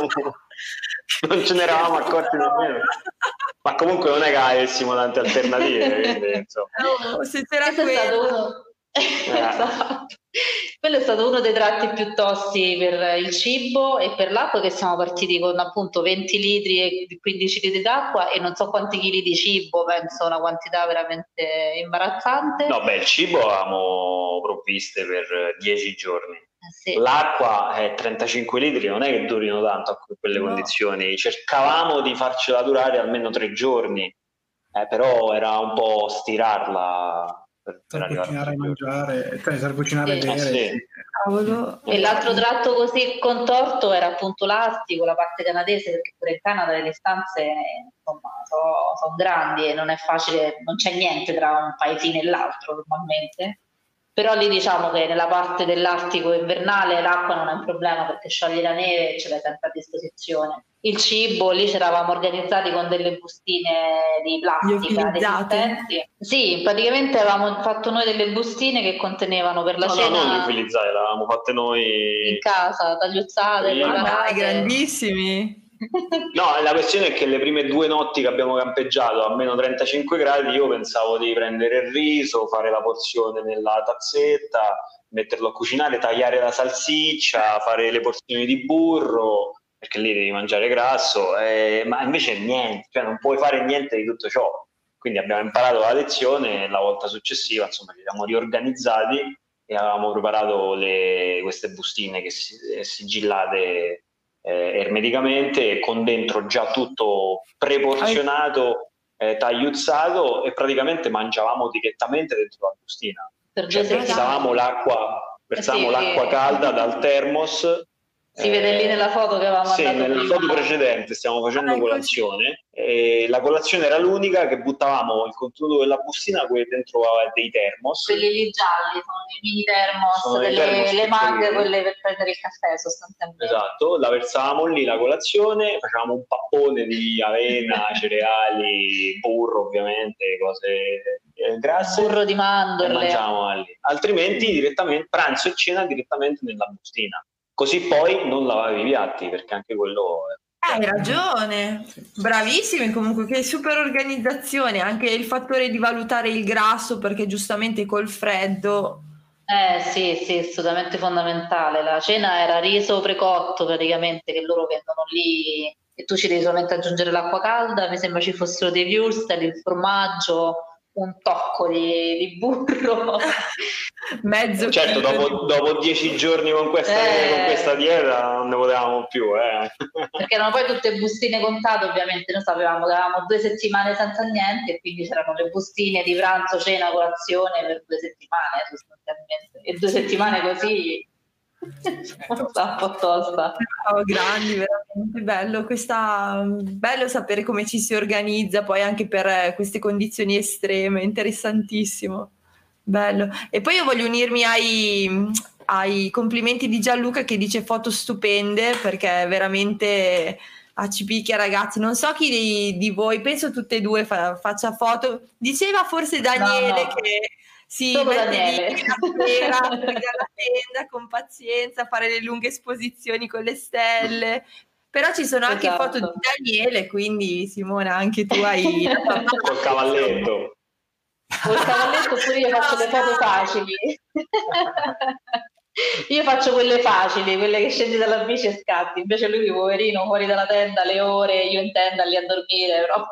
Speaker 5: Non ce ne eravamo accorti nemmeno. Ma comunque non è che avessimo tante alternative, quindi insomma.
Speaker 2: Se c'era quello.
Speaker 4: Esatto. Quello è stato uno dei tratti più tosti per il cibo e per l'acqua, che siamo partiti con appunto 20 litri e 15 litri d'acqua e non so quanti chili di cibo, penso una quantità veramente imbarazzante.
Speaker 5: No, il cibo avevamo provviste per 10 giorni.
Speaker 4: Sì.
Speaker 5: L'acqua è 35 litri, non è che durino tanto a quelle condizioni, cercavamo di farcela durare almeno 3 giorni, però era un po' stirarla per
Speaker 3: cucinare e mangiare, per cucinare e bere.
Speaker 5: Sì.
Speaker 4: E l'altro tratto così contorto era appunto l'Artico, la parte canadese, perché pure in Canada le distanze insomma sono grandi e non è facile, non c'è niente tra un paesino e l'altro normalmente. Però lì diciamo che nella parte dell'Artico invernale l'acqua non è un problema perché scioglie la neve e ce l'hai sempre a disposizione. Il cibo, lì ci eravamo organizzati con delle bustine di plastica resistenti. Sì, praticamente avevamo fatto noi delle bustine che contenevano per la cena.
Speaker 5: No, non liofilizzate, le avevamo fatte noi
Speaker 4: in casa, tagliuzzate, preparate.
Speaker 2: Grandissimi.
Speaker 5: No, la questione è che le prime 2 notti che abbiamo campeggiato a meno 35 gradi io pensavo di prendere il riso, fare la porzione nella tazzetta, metterlo a cucinare, tagliare la salsiccia, fare le porzioni di burro, perché lì devi mangiare grasso, ma invece niente, cioè non puoi fare niente di tutto ciò. Quindi abbiamo imparato la lezione e la volta successiva insomma ci siamo riorganizzati e avevamo preparato queste bustine che sigillate ermeticamente, con dentro già tutto preporzionato, tagliuzzato, e praticamente mangiavamo direttamente dentro la bustina. Versavamo l'acqua calda dal termos.
Speaker 4: Si vede lì nella foto che avevamo mandato
Speaker 5: nella
Speaker 4: prima.
Speaker 5: foto precedente stiamo facendo colazione e la colazione era l'unica che buttavamo il contenuto della bustina dentro dei termos.
Speaker 4: Quelli lì gialli sono dei mini termos, le maghe, quelle per prendere il caffè sostanzialmente.
Speaker 5: Esatto, la versavamo lì la colazione, facevamo un pappone di avena, cereali, burro ovviamente, cose grasse.
Speaker 4: Burro di mandorle.
Speaker 5: E mangiavamo lì. Altrimenti direttamente pranzo e cena direttamente nella bustina. Così poi non lavavi i piatti, perché anche quello
Speaker 2: Hai ragione, bravissimi comunque, che super organizzazione, anche il fattore di valutare il grasso perché giustamente col freddo.
Speaker 4: Sì, assolutamente fondamentale. La cena era riso precotto praticamente che loro vendono lì e tu ci devi solamente aggiungere l'acqua calda, mi sembra ci fossero dei würstel, il formaggio, un tocco di burro.
Speaker 2: Mezzo
Speaker 5: certo,
Speaker 2: chilo.
Speaker 5: dopo 10 giorni con questa dieta non ne potevamo più.
Speaker 4: Perché erano poi tutte bustine contate, ovviamente. Noi sapevamo che avevamo 2 settimane senza niente e quindi c'erano le bustine di pranzo, cena, colazione per 2 settimane sostanzialmente. E 2 settimane così sta un po' tosta.
Speaker 2: Grandi, veramente bello sapere come ci si organizza poi anche per queste condizioni estreme, interessantissimo, bello. E poi io voglio unirmi ai complimenti di Gianluca che dice foto stupende, perché veramente ci picchia, ragazzi. Non so chi di voi, penso tutte e due faccia foto, diceva forse Daniele
Speaker 4: No.
Speaker 2: che si
Speaker 4: Solo
Speaker 2: mette
Speaker 4: Daniele.
Speaker 2: lì la sera alla tenda con pazienza, fare le lunghe esposizioni con le stelle, però ci sono anche foto di Daniele, quindi Simona anche tu hai
Speaker 5: col cavalletto.
Speaker 4: Col cavalletto pure io faccio le foto facili. Io faccio quelle facili, quelle che scendi dalla bici e scatti, invece lui poverino fuori dalla tenda le ore, io in tenda lì a dormire, però.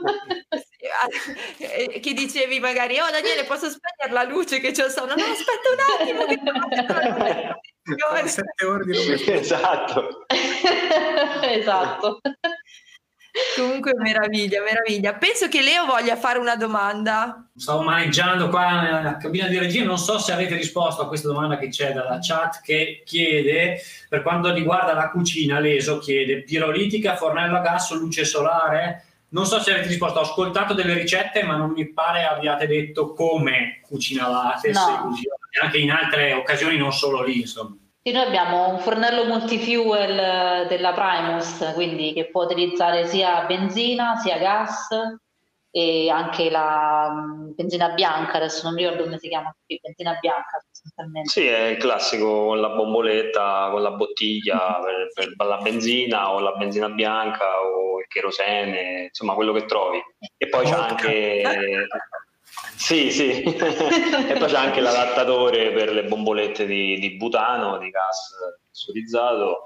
Speaker 2: Che dicevi magari, oh Daniele, posso spegnere la luce che c'è il sonno? No, aspetta un attimo che
Speaker 3: 7 ore di luce.
Speaker 5: Esatto.
Speaker 4: Esatto.
Speaker 2: Comunque meraviglia. Penso che Leo voglia fare una domanda.
Speaker 6: Stavo maneggiando qua nella cabina di regia, non so se avete risposto a questa domanda che c'è dalla chat, che chiede, per quanto riguarda la cucina, Leso chiede pirolitica, fornello a gas o luce solare? Non so se avete risposto, ho ascoltato delle ricette ma non mi pare abbiate detto come cucinavate,
Speaker 4: no.
Speaker 6: Se cucinavate anche in altre occasioni, non solo lì, insomma.
Speaker 4: Sì, noi abbiamo un fornello multifuel della Primus, quindi che può utilizzare sia benzina sia gas e anche la benzina bianca, adesso non mi ricordo come si chiama qui, benzina bianca sostanzialmente.
Speaker 5: Sì, è il classico con la bomboletta, con la bottiglia per la benzina o la benzina bianca o il cherosene, insomma quello che trovi. E poi c'è anche... Sì. E poi c'è anche l'adattatore per le bombolette di butano, di gas pressurizzato,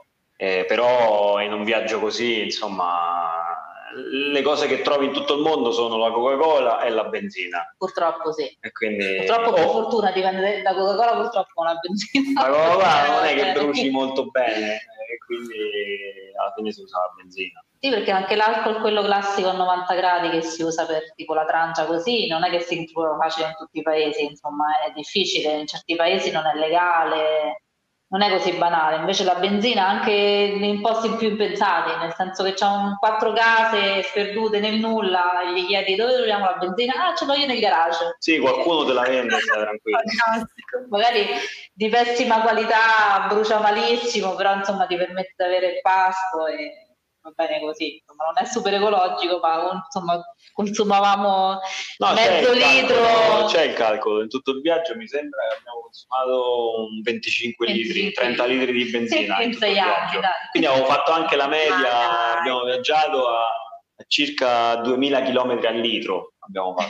Speaker 5: però in un viaggio così, insomma, le cose che trovi in tutto il mondo sono la Coca-Cola e la benzina.
Speaker 4: Purtroppo sì.
Speaker 5: E quindi...
Speaker 4: Purtroppo per fortuna dipende da Coca-Cola, purtroppo con la benzina.
Speaker 5: La Coca-Cola non è che bruci molto bene, e quindi alla fine si usa la benzina.
Speaker 4: Sì, perché anche l'alcol, quello classico a 90 gradi che si usa per tipo la trancia così, non è che si trova facile in tutti i paesi, insomma è difficile, in certi paesi non è legale, non è così banale. Invece la benzina anche in posti più impensati, nel senso che c'è 4 case sperdute nel nulla e gli chiedi dove troviamo la benzina? Ah, ce l'ho io nel garage.
Speaker 5: Sì, qualcuno te la vende, stai tranquillo.
Speaker 4: Magari di pessima qualità, brucia malissimo, però insomma ti permette di avere il pasto e va bene così, insomma, non è super ecologico, ma insomma consumavamo mezzo litro.
Speaker 5: C'è il calcolo, in tutto il viaggio mi sembra che abbiamo consumato 25 litri, 30 litri di benzina in tutto il viaggio. Quindi avevo fatto anche la media, abbiamo viaggiato a circa 2000 km al litro, abbiamo fatto.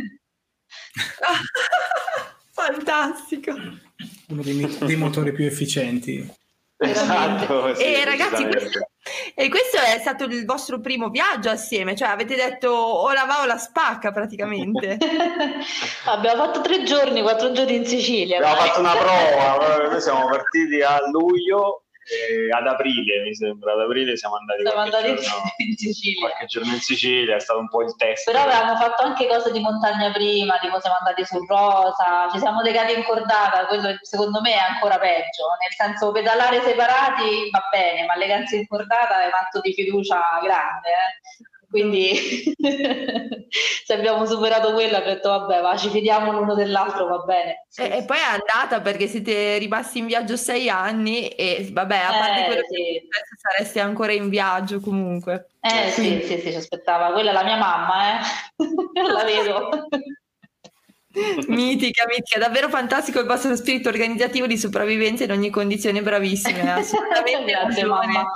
Speaker 2: Fantastico.
Speaker 3: Uno dei motori più efficienti.
Speaker 5: Esatto, sì,
Speaker 2: e ragazzi, questo è stato il vostro primo viaggio assieme, cioè avete detto o la va o la spacca praticamente.
Speaker 4: Abbiamo fatto 3 giorni, 4 giorni in Sicilia.
Speaker 5: Abbiamo fatto una prova, noi siamo partiti a luglio e ad aprile, mi sembra, ad aprile siamo andati
Speaker 4: in Sicilia.
Speaker 5: Qualche giorno in Sicilia, è stato un po' il test.
Speaker 4: Però avevamo fatto anche cose di montagna prima, tipo siamo andati sul Rosa, ci siamo legati in cordata, quello secondo me è ancora peggio, nel senso pedalare separati va bene, ma legarsi in cordata è un atto di fiducia grande, Quindi se abbiamo superato quello, ho detto vabbè, ma ci fidiamo l'uno dell'altro, va bene.
Speaker 2: E poi è andata perché siete rimasti in viaggio 6 anni e vabbè, a parte quello che sareste ancora in viaggio comunque.
Speaker 4: Sì, ci aspettava. Quella è la mia mamma, la vedo.
Speaker 2: Mitica, davvero fantastico il vostro spirito organizzativo di sopravvivenza in ogni condizione, bravissime, assolutamente.
Speaker 4: Grazie mamma.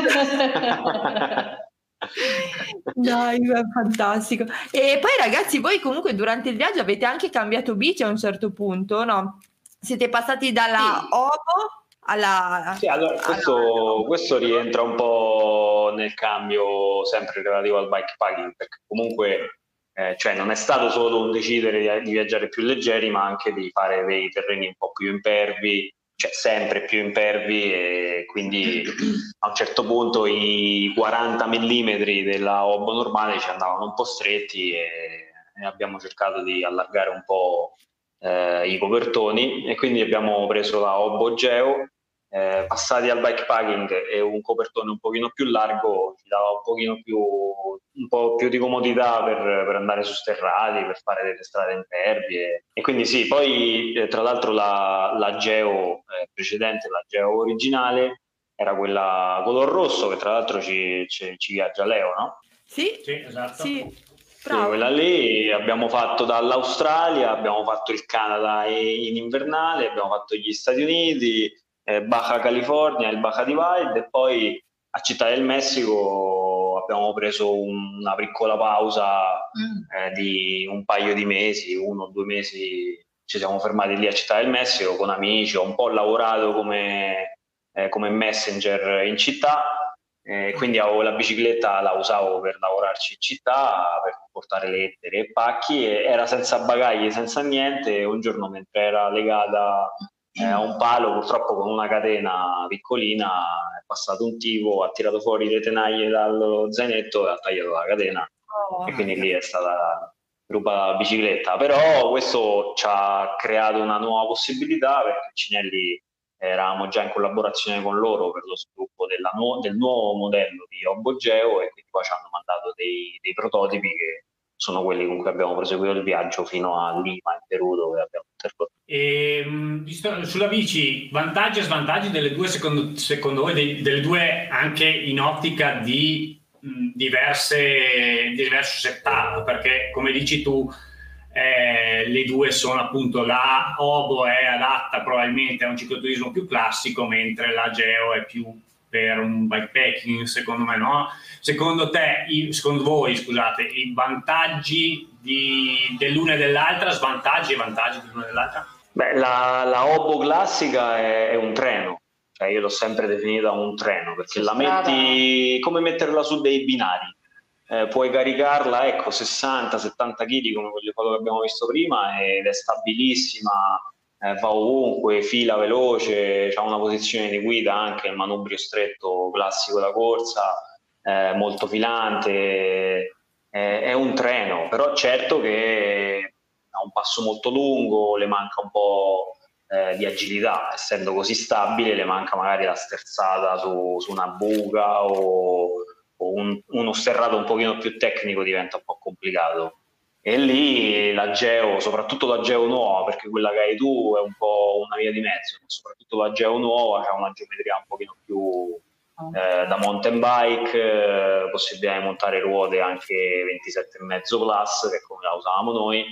Speaker 2: Dai, è fantastico. E poi ragazzi, voi comunque durante il viaggio avete anche cambiato bici a un certo punto, no? Siete passati dalla Obo alla...
Speaker 5: Sì, allora, questo rientra un po' nel cambio sempre relativo al bikepacking, perché comunque cioè non è stato solo un decidere di viaggiare più leggeri, ma anche di fare dei terreni un po' più impervi, cioè sempre più impervi, e quindi a un certo punto i 40 mm della Obo normale ci andavano un po' stretti e abbiamo cercato di allargare un po' i copertoni, e quindi abbiamo preso la Obo Geo. Passati al bikepacking e un copertone un pochino più largo ci dava un po' più di comodità per andare su sterrati, per fare delle strade impervie, e quindi sì. Poi tra l'altro la Geo precedente, la Geo originale, era quella color rosso, che tra l'altro ci viaggia Leo, no?
Speaker 2: Sì,
Speaker 6: esatto.
Speaker 2: Sì,
Speaker 5: sì, quella lì abbiamo fatto dall'Australia, abbiamo fatto il Canada in invernale, abbiamo fatto gli Stati Uniti, Baja California, il Baja Divide, e poi a Città del Messico abbiamo preso una piccola pausa di un paio di mesi, 1 o 2 mesi. Ci siamo fermati lì a Città del Messico con amici, ho un po' lavorato come messenger in città, quindi avevo la bicicletta, la usavo per lavorarci in città, per portare lettere e pacchi, e era senza bagagli, senza niente. E un giorno, mentre era legata a un palo, purtroppo con una catena piccolina, è passato un tipo, ha tirato fuori le tenaglie dallo zainetto e ha tagliato la catena, e quindi lì è stata rubata la bicicletta. Però questo ci ha creato una nuova possibilità, perché Cinelli eravamo già in collaborazione con loro per lo sviluppo del nuovo modello di Obo Geo, e quindi poi ci hanno mandato dei prototipi che sono quelli con cui abbiamo proseguito il viaggio fino a Lima, in Perù, dove abbiamo interrotto.
Speaker 6: E sulla bici, vantaggi e svantaggi delle due, secondo voi, delle due, anche in ottica di diverse setup, perché come dici tu, le due sono appunto, la Obo è adatta probabilmente a un cicloturismo più classico, mentre la Geo è più per un bikepacking, secondo me, no? Secondo voi, scusate, i vantaggi dell'una e dell'altra, svantaggi e vantaggi dell'una e dell'altra?
Speaker 5: Beh, la Obo classica è un treno, cioè io l'ho sempre definita un treno, perché la metti come metterla su dei binari. Puoi caricarla, ecco, 60-70 kg come quelle foto che abbiamo visto prima, ed è stabilissima, va ovunque, fila veloce, ha una posizione di guida, anche il manubrio stretto classico da corsa, molto filante, è un treno. Però certo che ha un passo molto lungo, le manca un po' di agilità, essendo così stabile le manca magari la sterzata su una buca, o uno sterrato un pochino più tecnico diventa un po' complicato. E lì la Geo, soprattutto la Geo nuova, perché quella che hai tu è un po' una via di mezzo, ma soprattutto la Geo nuova ha una geometria un pochino più da mountain bike, possibilità di montare ruote anche 27,5 plus, che è come la usavamo noi.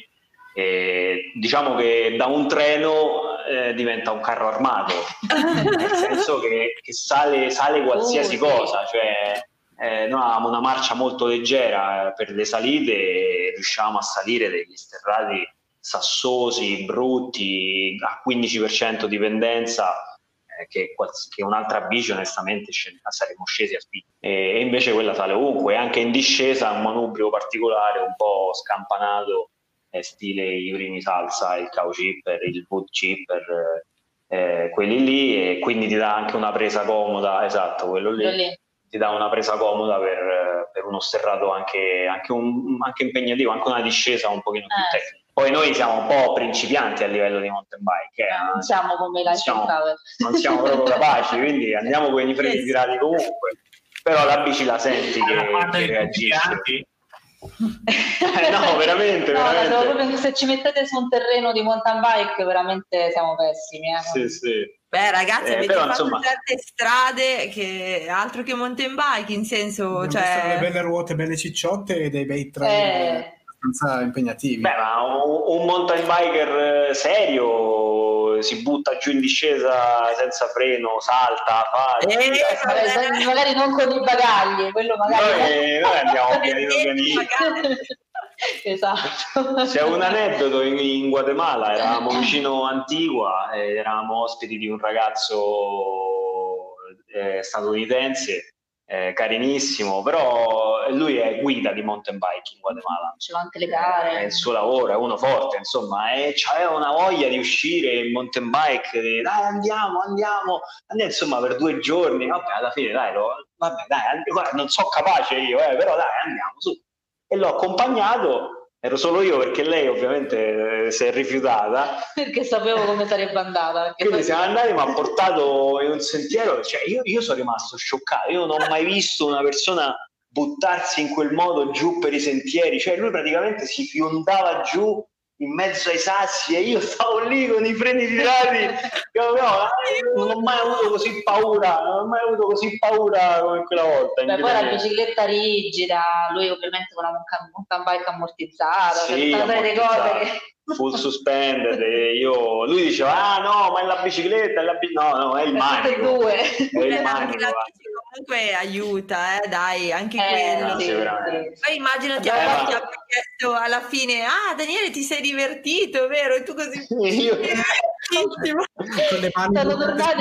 Speaker 5: E diciamo che da un treno diventa un carro armato, nel senso che sale qualsiasi cosa, cioè noi avevamo una marcia molto leggera per le salite, e riuscivamo a salire degli sterrati sassosi, brutti, a 15% di pendenza, che un'altra bici onestamente saremmo scesi a spingere, e invece quella sale ovunque. Anche in discesa un manubrio particolare, un po' scampanato, stile i primi Salsa, il cow chipper, il boot chipper, quelli lì, e quindi ti dà anche una presa comoda, esatto, quello lì. Ti dà una presa comoda per uno sterrato anche impegnativo, anche una discesa un pochino più tecnica. Poi noi siamo un po' principianti a livello di mountain bike,
Speaker 4: non siamo come la
Speaker 5: non siamo proprio capaci, quindi andiamo con i freni tirati comunque, però la bici la senti che reagisce. No, veramente.
Speaker 4: Proprio, se ci mettete su un terreno di mountain bike veramente siamo pessimi.
Speaker 5: Sì.
Speaker 2: Beh ragazzi, avete
Speaker 5: però,
Speaker 2: fatto
Speaker 5: insomma,
Speaker 2: certe strade che altro che mountain bike, in senso,
Speaker 3: abbiamo visto delle belle ruote, belle cicciotte e dei bei trail abbastanza impegnativi.
Speaker 5: Beh, ma un mountain biker serio si butta giù in discesa senza freno, salta,
Speaker 4: magari non con i bagagli, quello magari
Speaker 5: noi andiamo pianino pianino.
Speaker 4: Esatto.
Speaker 5: C'è un aneddoto in Guatemala, eravamo vicino Antigua, eravamo ospiti di un ragazzo statunitense, carinissimo, però lui è guida di mountain bike in Guatemala.
Speaker 4: C'è anche le gare.
Speaker 5: È il suo lavoro, è uno forte, insomma, e c'aveva una voglia di uscire in mountain bike, di dai andiamo, insomma, per 2 giorni, vabbè, alla fine dai, guarda, non so capace io, però dai, andiamo su. E l'ho accompagnato, ero solo io perché lei ovviamente si è rifiutata.
Speaker 4: Perché sapevo come sarebbe andata.
Speaker 5: Quindi siamo andati, mi ha portato in un sentiero, cioè io sono rimasto scioccato, io non ho mai visto una persona buttarsi in quel modo giù per i sentieri, cioè lui praticamente si fiondava giù in mezzo ai sassi e io stavo lì con i freni tirati. Non ho mai avuto così paura, come quella volta.
Speaker 4: Beh, poi la bicicletta rigida, lui ovviamente con la mountain bike ammortizzata,
Speaker 5: sì,
Speaker 4: per tante cose che...
Speaker 5: full suspended, lui diceva no, ma è la bicicletta, no, è il manico.
Speaker 4: Due.
Speaker 5: È il manico.
Speaker 2: Anche la bici comunque aiuta, dai, anche quello.
Speaker 4: Sì.
Speaker 2: Poi immaginati ti ha chiesto alla fine, Daniele ti sei divertito, vero? E tu così
Speaker 4: Stavo tornati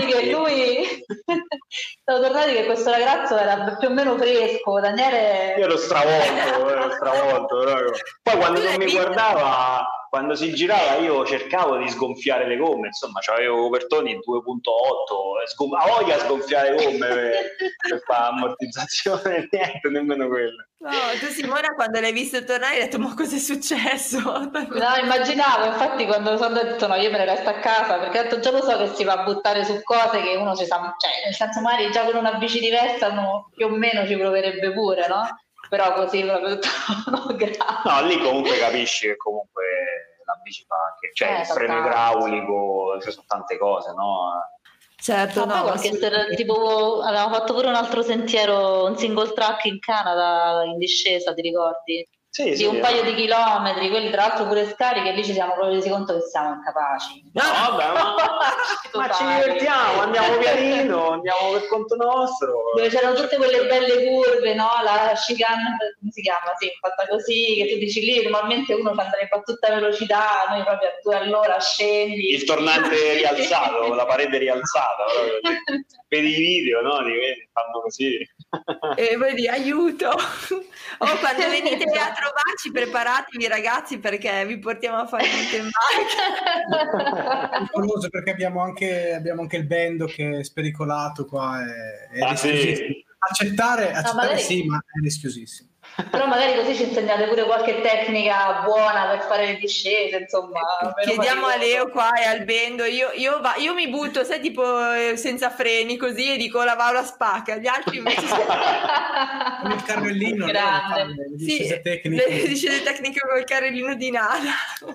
Speaker 4: che questo ragazzo era più o meno fresco, Daniele...
Speaker 5: Io ero stravolto proprio. Poi quando non mi guardava, quando si girava, io cercavo di sgonfiare le gomme, insomma, c'avevo copertoni 2.8, a voglia sgonfiare le gomme per fare ammortizzazione, niente, nemmeno quello.
Speaker 2: No, tu Simona quando l'hai visto tornare hai detto ma cos'è successo?
Speaker 4: No, immaginavo, infatti quando sono detto no, io me ne resto a casa perché ho detto già lo so che si va a buttare su cose che uno ci sa, cioè nel senso magari già con una bici diversa più o meno ci proverebbe pure, no? Però così proprio no, grazie.
Speaker 5: No, lì comunque capisci che comunque la bici fa anche, cioè il freno idraulico, ci sono tante cose, no?
Speaker 2: Certo,
Speaker 4: tipo avevamo fatto pure un altro sentiero, un single track in Canada in discesa, ti ricordi? Sì, un paio di chilometri, quelli tra l'altro pure scarichi, e lì ci siamo proprio resi conto che siamo incapaci.
Speaker 5: No, vabbè, ma ci divertiamo, andiamo pianino, andiamo per conto nostro.
Speaker 4: Dove c'erano tutte quelle belle curve, no? La chicane, come si chiama? Sì, fatta così, che tu dici lì, normalmente uno andrebbe a tutta velocità, noi proprio a 2 all'ora scendi.
Speaker 5: Il tornante rialzato, la parete rialzata, proprio. Vedi i video, no? Li vedi, fanno così.
Speaker 2: E poi di aiuto. Quando venite a trovarci preparatevi ragazzi perché vi portiamo a fare il mountain
Speaker 3: bike. Perché abbiamo anche il bendo che è spericolato qua, è
Speaker 5: sì.
Speaker 3: Accettare sì, ma è rischiosissimo.
Speaker 4: Però magari così ci insegnate pure qualche tecnica buona per fare le discese, insomma.
Speaker 2: Chiediamo a Leo qua e al bendo, io mi butto, sai, tipo senza freni così e dico la Paola spacca, gli altri invece
Speaker 3: con il carrellino,
Speaker 4: grande.
Speaker 3: Le discese tecniche.
Speaker 2: Le discese tecniche col carrellino di Nala.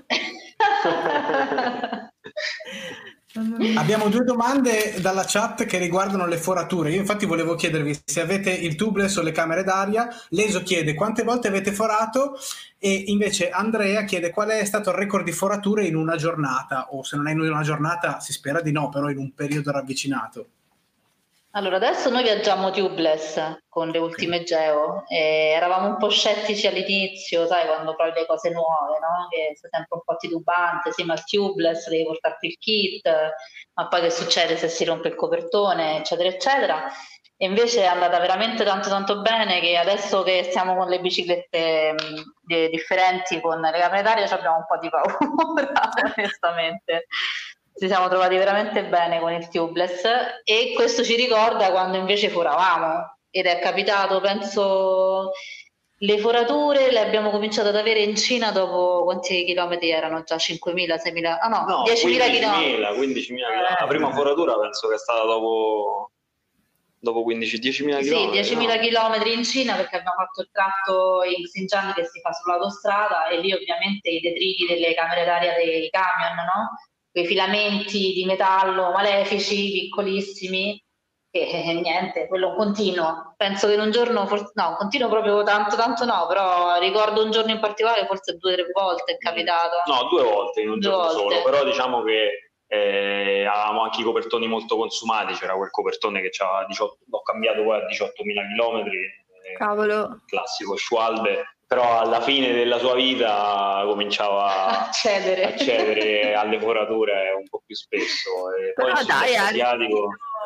Speaker 3: Abbiamo 2 domande dalla chat che riguardano le forature. Io infatti volevo chiedervi se avete il tubeless o le camere d'aria. Leso chiede quante volte avete forato e invece Andrea chiede qual è stato il record di forature in una giornata, o se non è in una giornata si spera di no, però in un periodo ravvicinato.
Speaker 4: Allora, adesso noi viaggiamo tubeless con le ultime Geo e eravamo un po' scettici all'inizio, sai, quando provi le cose nuove, no? Che sei sempre un po' titubante, sì, ma il tubeless devi portarti il kit, ma poi che succede se si rompe il copertone, eccetera, eccetera. E invece è andata veramente tanto bene che adesso che stiamo con le biciclette differenti, con le camere d'aria, abbiamo un po' di paura, onestamente. Ci siamo trovati veramente bene con il tubeless e questo ci ricorda quando invece foravamo ed è capitato, penso, le forature le abbiamo cominciato ad avere in Cina dopo quanti chilometri erano? Già 5.000, 6.000? No, 10.000 chilometri.
Speaker 5: 15.000 La prima foratura penso che è stata dopo 10.000 chilometri.
Speaker 4: Sì, 10.000 chilometri in Cina perché abbiamo fatto il tratto in Xinjiang che si fa sull'autostrada e lì ovviamente i detriti delle camere d'aria dei camion, no? Quei filamenti di metallo malefici, piccolissimi, e niente, quello è un continuo. Penso che in un giorno, forse, no, un continuo proprio tanto no, però ricordo un giorno in particolare, forse 2 o 3 volte è capitato.
Speaker 5: No, 2 volte in un
Speaker 4: 2
Speaker 5: giorno
Speaker 4: volte.
Speaker 5: solo, però diciamo che avevamo anche i copertoni molto consumati, c'era quel copertone che c'aveva 18, l'ho cambiato poi a 18.000 chilometri,
Speaker 2: Cavolo.
Speaker 5: classico Schwalbe, però alla fine della sua vita cominciava a cedere alle forature un po' più spesso, e poi
Speaker 2: Però
Speaker 5: il
Speaker 2: dai,
Speaker 5: sud-est asiatico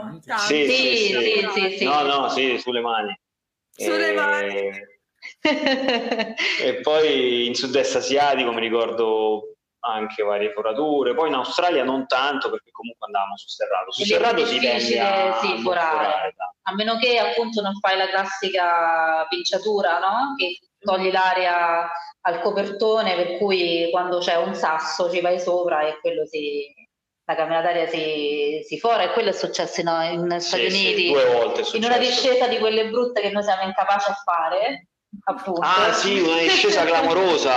Speaker 4: Sì.
Speaker 5: no, sulle mani.
Speaker 2: Sulle mani.
Speaker 5: E poi in sud-est asiatico mi ricordo anche varie forature, poi in Australia non tanto, perché comunque andavamo su serrato. Su serrato si tende a non forare.
Speaker 4: A meno che appunto non fai la classica pinciatura, no? Che togli l'aria al copertone, per cui quando c'è un sasso ci vai sopra e quello la camera d'aria si fora, e quello è successo in Stati Uniti,
Speaker 5: 2 volte è successo.
Speaker 4: in una discesa di quelle brutte che noi siamo incapaci a fare, appunto.
Speaker 5: Ah sì, una discesa clamorosa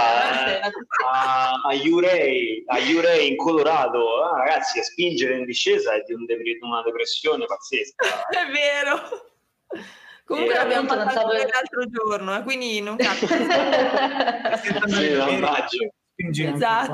Speaker 5: a Uray in Colorado. Ragazzi, a spingere in discesa è di una depressione pazzesca.
Speaker 2: È vero. Comunque l'abbiamo fatto l'altro giorno, quindi non capita.
Speaker 5: Sì, no, immagino.
Speaker 2: Esatto.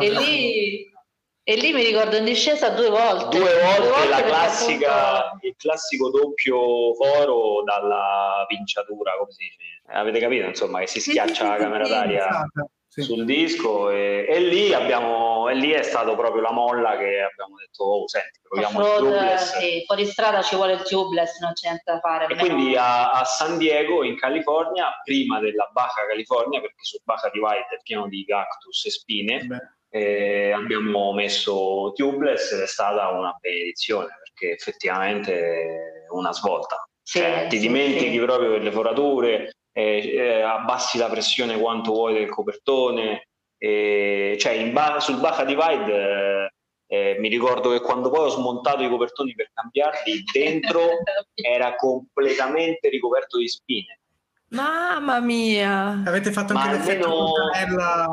Speaker 4: E lì mi ricordo in discesa 2 volte.
Speaker 5: 2 volte la
Speaker 4: classica,
Speaker 5: appunto, il classico doppio foro dalla pinciatura, come si dice. Avete capito, insomma, che si schiaccia la camera d'aria sul disco, e lì è stato proprio la molla che abbiamo detto: oh, senti, proviamo il tubeless.
Speaker 4: Sì, fuori strada ci vuole il tubeless, non c'è niente da fare.
Speaker 5: E quindi a San Diego, in California, prima della Baja California, perché su Baja Divide è pieno di cactus e spine, abbiamo messo tubeless, ed è stata una benedizione, perché effettivamente è una svolta. Ti dimentichi proprio delle forature, abbassi la pressione quanto vuoi del copertone, sul Baja Divide mi ricordo che quando poi ho smontato i copertoni per cambiarli, dentro era completamente ricoperto di spine.
Speaker 2: Mamma mia,
Speaker 3: avete fatto anche l'effetto fontanella?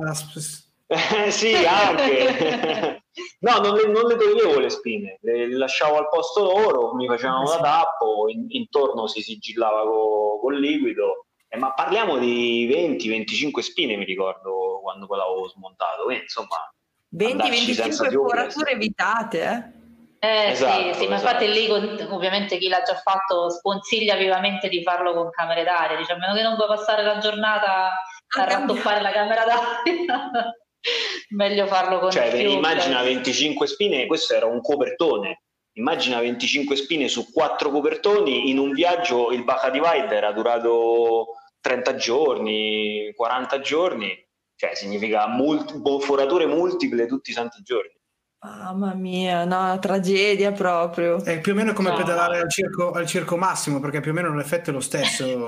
Speaker 5: Sì, anche. No, non le toglievo le spine, le lasciavo al posto loro, mi facevano da tappo, intorno si sigillava col liquido, ma parliamo di 20-25 spine, mi ricordo, quando poi l'avevo smontato, insomma
Speaker 2: 20-25 forature evitate,
Speaker 5: Esatto,
Speaker 4: sì, ma infatti lì ovviamente chi l'ha già fatto sconsiglia vivamente di farlo con camere d'aria, dice: a meno che non vuoi passare la giornata a rattoppare la camera d'aria, meglio farlo con
Speaker 5: immagina 25 spine, questo era un copertone, immagina 25 spine su 4 copertoni in un viaggio. Il Baja Divide era durato 30 giorni, 40 giorni, significa forature multiple tutti i santi giorni.
Speaker 2: Mamma mia, no, tragedia proprio.
Speaker 3: È più o meno come pedalare al circo Massimo, perché più o meno l'effetto è lo stesso.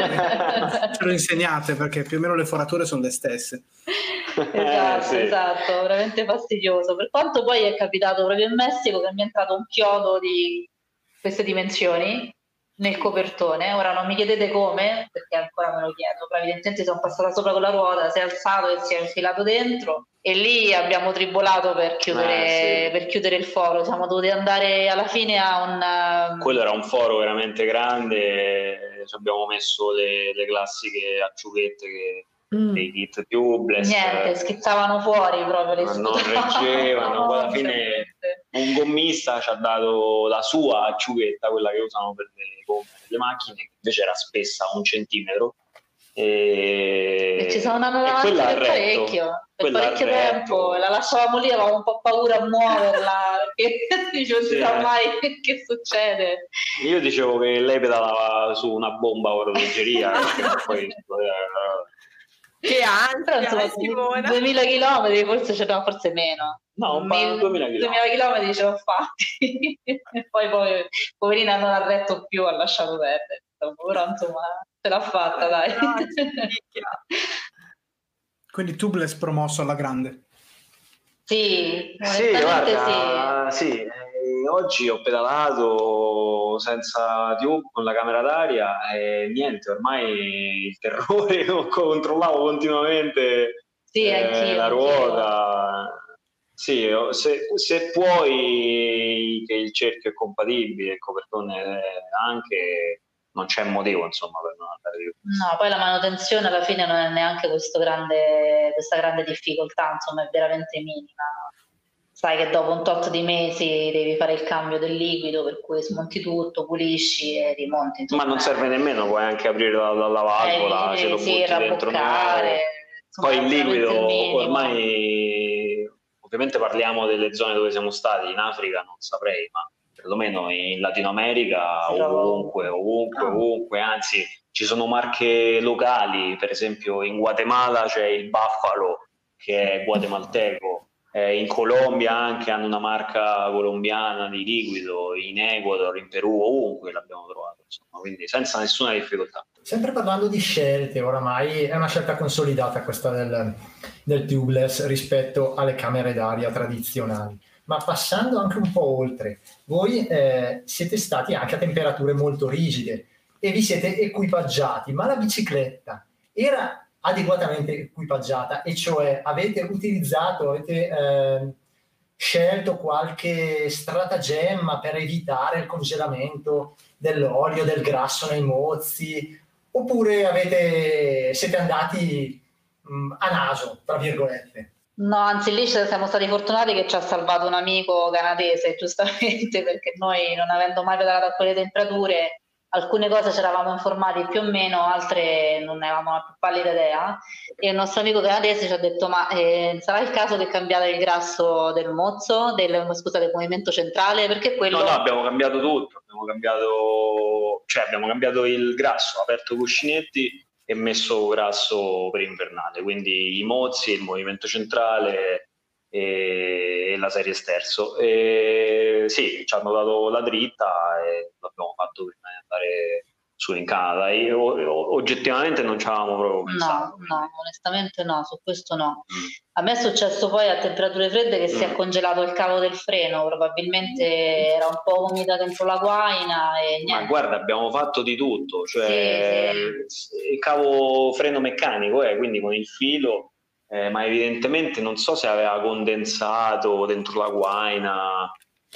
Speaker 3: Ce lo insegnate, perché più o meno le forature sono le stesse.
Speaker 4: Esatto, veramente fastidioso. Per quanto poi è capitato proprio in Messico che mi è entrato un chiodo di queste dimensioni nel copertone. Ora non mi chiedete come, perché ancora me lo chiedo, però evidentemente sono passata sopra con la ruota, si è alzato e si è infilato dentro, e lì abbiamo tribolato per chiudere il foro. Siamo dovuti andare alla fine
Speaker 5: quello era un foro veramente grande, ci abbiamo messo le classiche acciughette dei kit tubeless,
Speaker 4: niente, schizzavano fuori proprio,
Speaker 5: non reggevano. Poi alla fine un gommista ci ha dato la sua acciughetta, quella che usano per le gomme delle macchine, che invece era spessa 1 centimetro,
Speaker 4: e ci sono andato avanti per parecchio tempo, la lasciavamo lì, avevamo un po' paura a muoverla, perché non si sa mai che succede.
Speaker 5: Io dicevo che lei pedalava su una bomba a orologeria, poi
Speaker 2: che ansia, Simona.
Speaker 4: 2000 km forse meno.
Speaker 5: No, 2000
Speaker 4: km ce l'ho fatti. E poi poverina non ha retto più, ha lasciato perdere. Però insomma ce l'ha fatta, dai.
Speaker 3: Quindi tubeless promosso alla grande.
Speaker 4: Sì,
Speaker 5: guarda, sì. Oggi ho pedalato senza tube, con la camera d'aria, e niente, ormai il terrore, controllavo continuamente la ruota. Sì, se puoi che il cerchio è compatibile, il copertone anche, non c'è motivo insomma per non andare più.
Speaker 4: No, poi la manutenzione alla fine non è neanche questa grande difficoltà, insomma è veramente minima. Sai che dopo un tot di mesi devi fare il cambio del liquido, per cui smonti tutto, pulisci e rimonti.
Speaker 5: Ma non serve nemmeno, puoi anche aprire la valvola, ce lo butti dentro nuovo. Poi il liquido ormai, ovviamente parliamo delle zone dove siamo stati, in Africa non saprei, ma perlomeno in Latino America ovunque, anzi ci sono marche locali, per esempio in Guatemala c'è il Buffalo che è guatemalteco, in Colombia anche hanno una marca colombiana di liquido, in Ecuador, in Perù, ovunque l'abbiamo trovato, insomma, quindi senza nessuna difficoltà.
Speaker 7: Sempre parlando di scelte, oramai è una scelta consolidata questa del tubeless rispetto alle camere d'aria tradizionali, ma passando anche un po' oltre, voi siete stati anche a temperature molto rigide e vi siete equipaggiati, ma la bicicletta era adeguatamente equipaggiata, e cioè avete scelto qualche stratagemma per evitare il congelamento dell'olio, del grasso nei mozzi, oppure siete andati a naso, tra virgolette?
Speaker 4: No, anzi lì siamo stati fortunati che ci ha salvato un amico canadese, giustamente, perché noi, non avendo mai pedalato a quelle temperature, alcune cose ci eravamo informati più o meno, altre non ne avevamo la più pallida idea, e il nostro amico canadese ci ha detto: ma sarà il caso che cambiate il grasso del mozzo, del movimento centrale? Perché quello...
Speaker 5: No, abbiamo cambiato tutto, abbiamo cambiato il grasso, aperto i cuscinetti e messo grasso per invernale, quindi i mozzi, il movimento centrale e la serie sterzo. Sì, ci hanno dato la dritta e l'abbiamo fatto prima di andare su in Canada. Oggettivamente non ci avevamo proprio pensato.
Speaker 4: No, onestamente no, su questo no. A me è successo poi a temperature fredde che si è congelato il cavo del freno, probabilmente era un po' umida dentro la guaina e niente.
Speaker 5: Ma guarda, abbiamo fatto di tutto, cioè sì. Il cavo freno meccanico, quindi con il filo, ma evidentemente non so se aveva condensato dentro la guaina.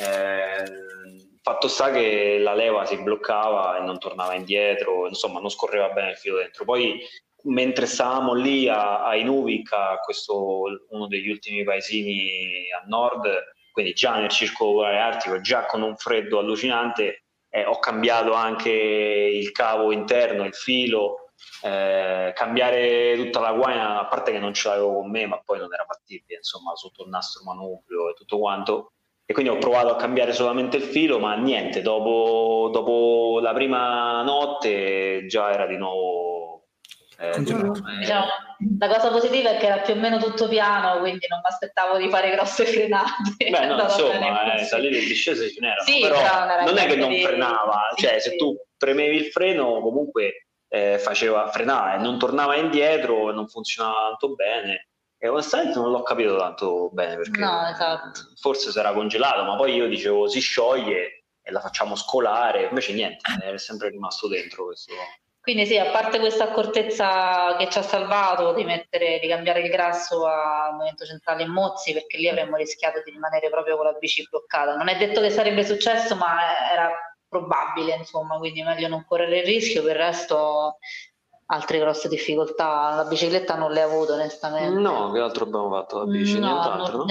Speaker 5: Fatto sta che la leva si bloccava e non tornava indietro, insomma non scorreva bene il filo dentro. Poi mentre stavamo lì a Inuvik, uno degli ultimi paesini a nord, quindi già nel circolo polare artico, già con un freddo allucinante, ho cambiato anche il cavo interno, il filo, cambiare tutta la guaina, a parte che non ce l'avevo con me, ma poi non era fattibile, insomma, sotto il nastro manubrio e tutto quanto. E quindi ho provato a cambiare solamente il filo, ma niente, dopo la prima notte già era di nuovo
Speaker 4: diciamo, la cosa positiva è che era più o meno tutto piano, quindi non mi aspettavo di fare grosse frenate.
Speaker 5: Beh, no, insomma, salire e discese ce n'erano,
Speaker 4: sì,
Speaker 5: però non è che non
Speaker 4: di...
Speaker 5: frenava, cioè se tu premevi il freno comunque frenava e non tornava indietro e non funzionava tanto bene. E onestamente non l'ho capito tanto bene, perché
Speaker 4: esatto.
Speaker 5: Forse si era congelato, ma poi io dicevo si scioglie e la facciamo scolare, invece niente, è sempre rimasto dentro questo.
Speaker 4: Quindi sì, a parte questa accortezza che ci ha salvato di cambiare il grasso al movimento centrale in mozzi, perché lì avremmo rischiato di rimanere proprio con la bici bloccata. Non è detto che sarebbe successo, ma era probabile, insomma, quindi meglio non correre il rischio. Per il resto altre grosse difficoltà la bicicletta non le ho avuto, onestamente.
Speaker 5: No, che altro abbiamo fatto la bici?
Speaker 4: Nient'altro.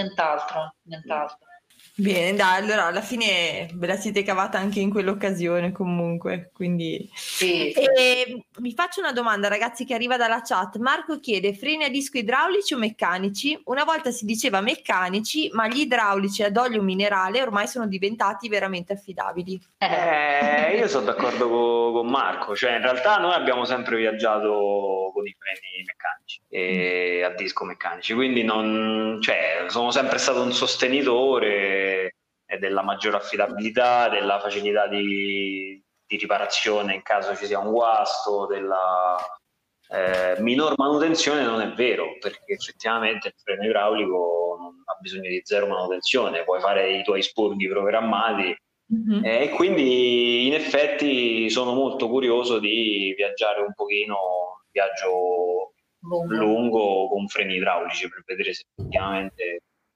Speaker 2: Bene, dai, allora alla fine ve la siete cavata anche in quell'occasione comunque, quindi...
Speaker 4: Sì.
Speaker 2: E mi faccio una domanda, ragazzi, che arriva dalla chat. Marco chiede: freni a disco idraulici o meccanici? Una volta si diceva meccanici, ma gli idraulici ad olio minerale ormai sono diventati veramente affidabili.
Speaker 5: Io sono d'accordo con Marco, cioè in realtà noi abbiamo sempre viaggiato con i freni meccanici e a disco meccanici, quindi sono sempre stato un sostenitore della maggiore affidabilità, della facilità di riparazione in caso ci sia un guasto, della minor manutenzione. Non è vero, perché effettivamente il freno idraulico non ha bisogno di zero manutenzione, puoi fare i tuoi spurghi programmati. E quindi in effetti sono molto curioso di viaggiare un pochino, un viaggio lungo con freni idraulici, per vedere se effettivamente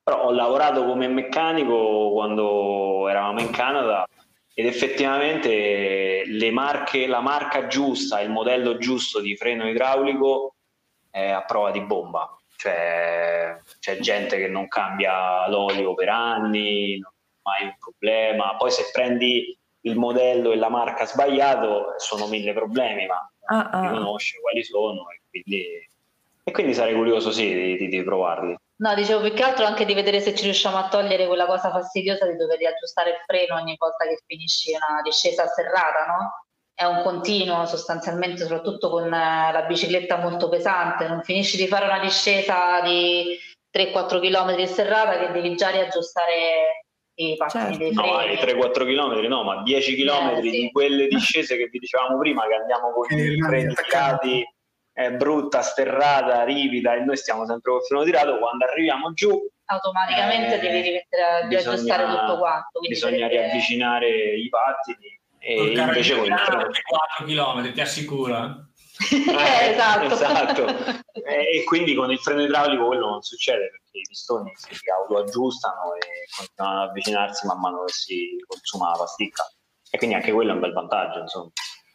Speaker 5: Però ho lavorato come meccanico quando eravamo in Canada ed effettivamente la marca giusta, il modello giusto di freno idraulico è a prova di bomba. Cioè, c'è gente che non cambia l'olio per anni, non è mai un problema. Poi se prendi il modello e la marca sbagliato sono 1000 problemi, ma si conosce quali sono e quindi sarei curioso di provarli.
Speaker 4: No, dicevo più che altro anche di vedere se ci riusciamo a togliere quella cosa fastidiosa di dover riaggiustare il freno ogni volta che finisci una discesa serrata, no? È un continuo sostanzialmente, soprattutto con la bicicletta molto pesante, non finisci di fare una discesa di 3-4 km serrata che devi già riaggiustare i pattini dei freni.
Speaker 5: No, i 3-4 km no, ma 10 km
Speaker 4: sì.
Speaker 5: di quelle discese che vi dicevamo prima, che andiamo con i freni tirati, brutta, sterrata, ripida, e noi stiamo sempre col freno tirato. Quando arriviamo giù
Speaker 4: automaticamente devi rimettere a riaggiustare tutto quanto.
Speaker 5: Bisogna riavvicinare i pattini e invece con il freno
Speaker 6: 4 km, ti assicuro.
Speaker 4: Esatto.
Speaker 5: E quindi con il freno idraulico quello non succede, perché i pistoni si autoaggiustano e continuano ad avvicinarsi man mano che si consuma la pasticca, e quindi anche quello è un bel vantaggio, insomma.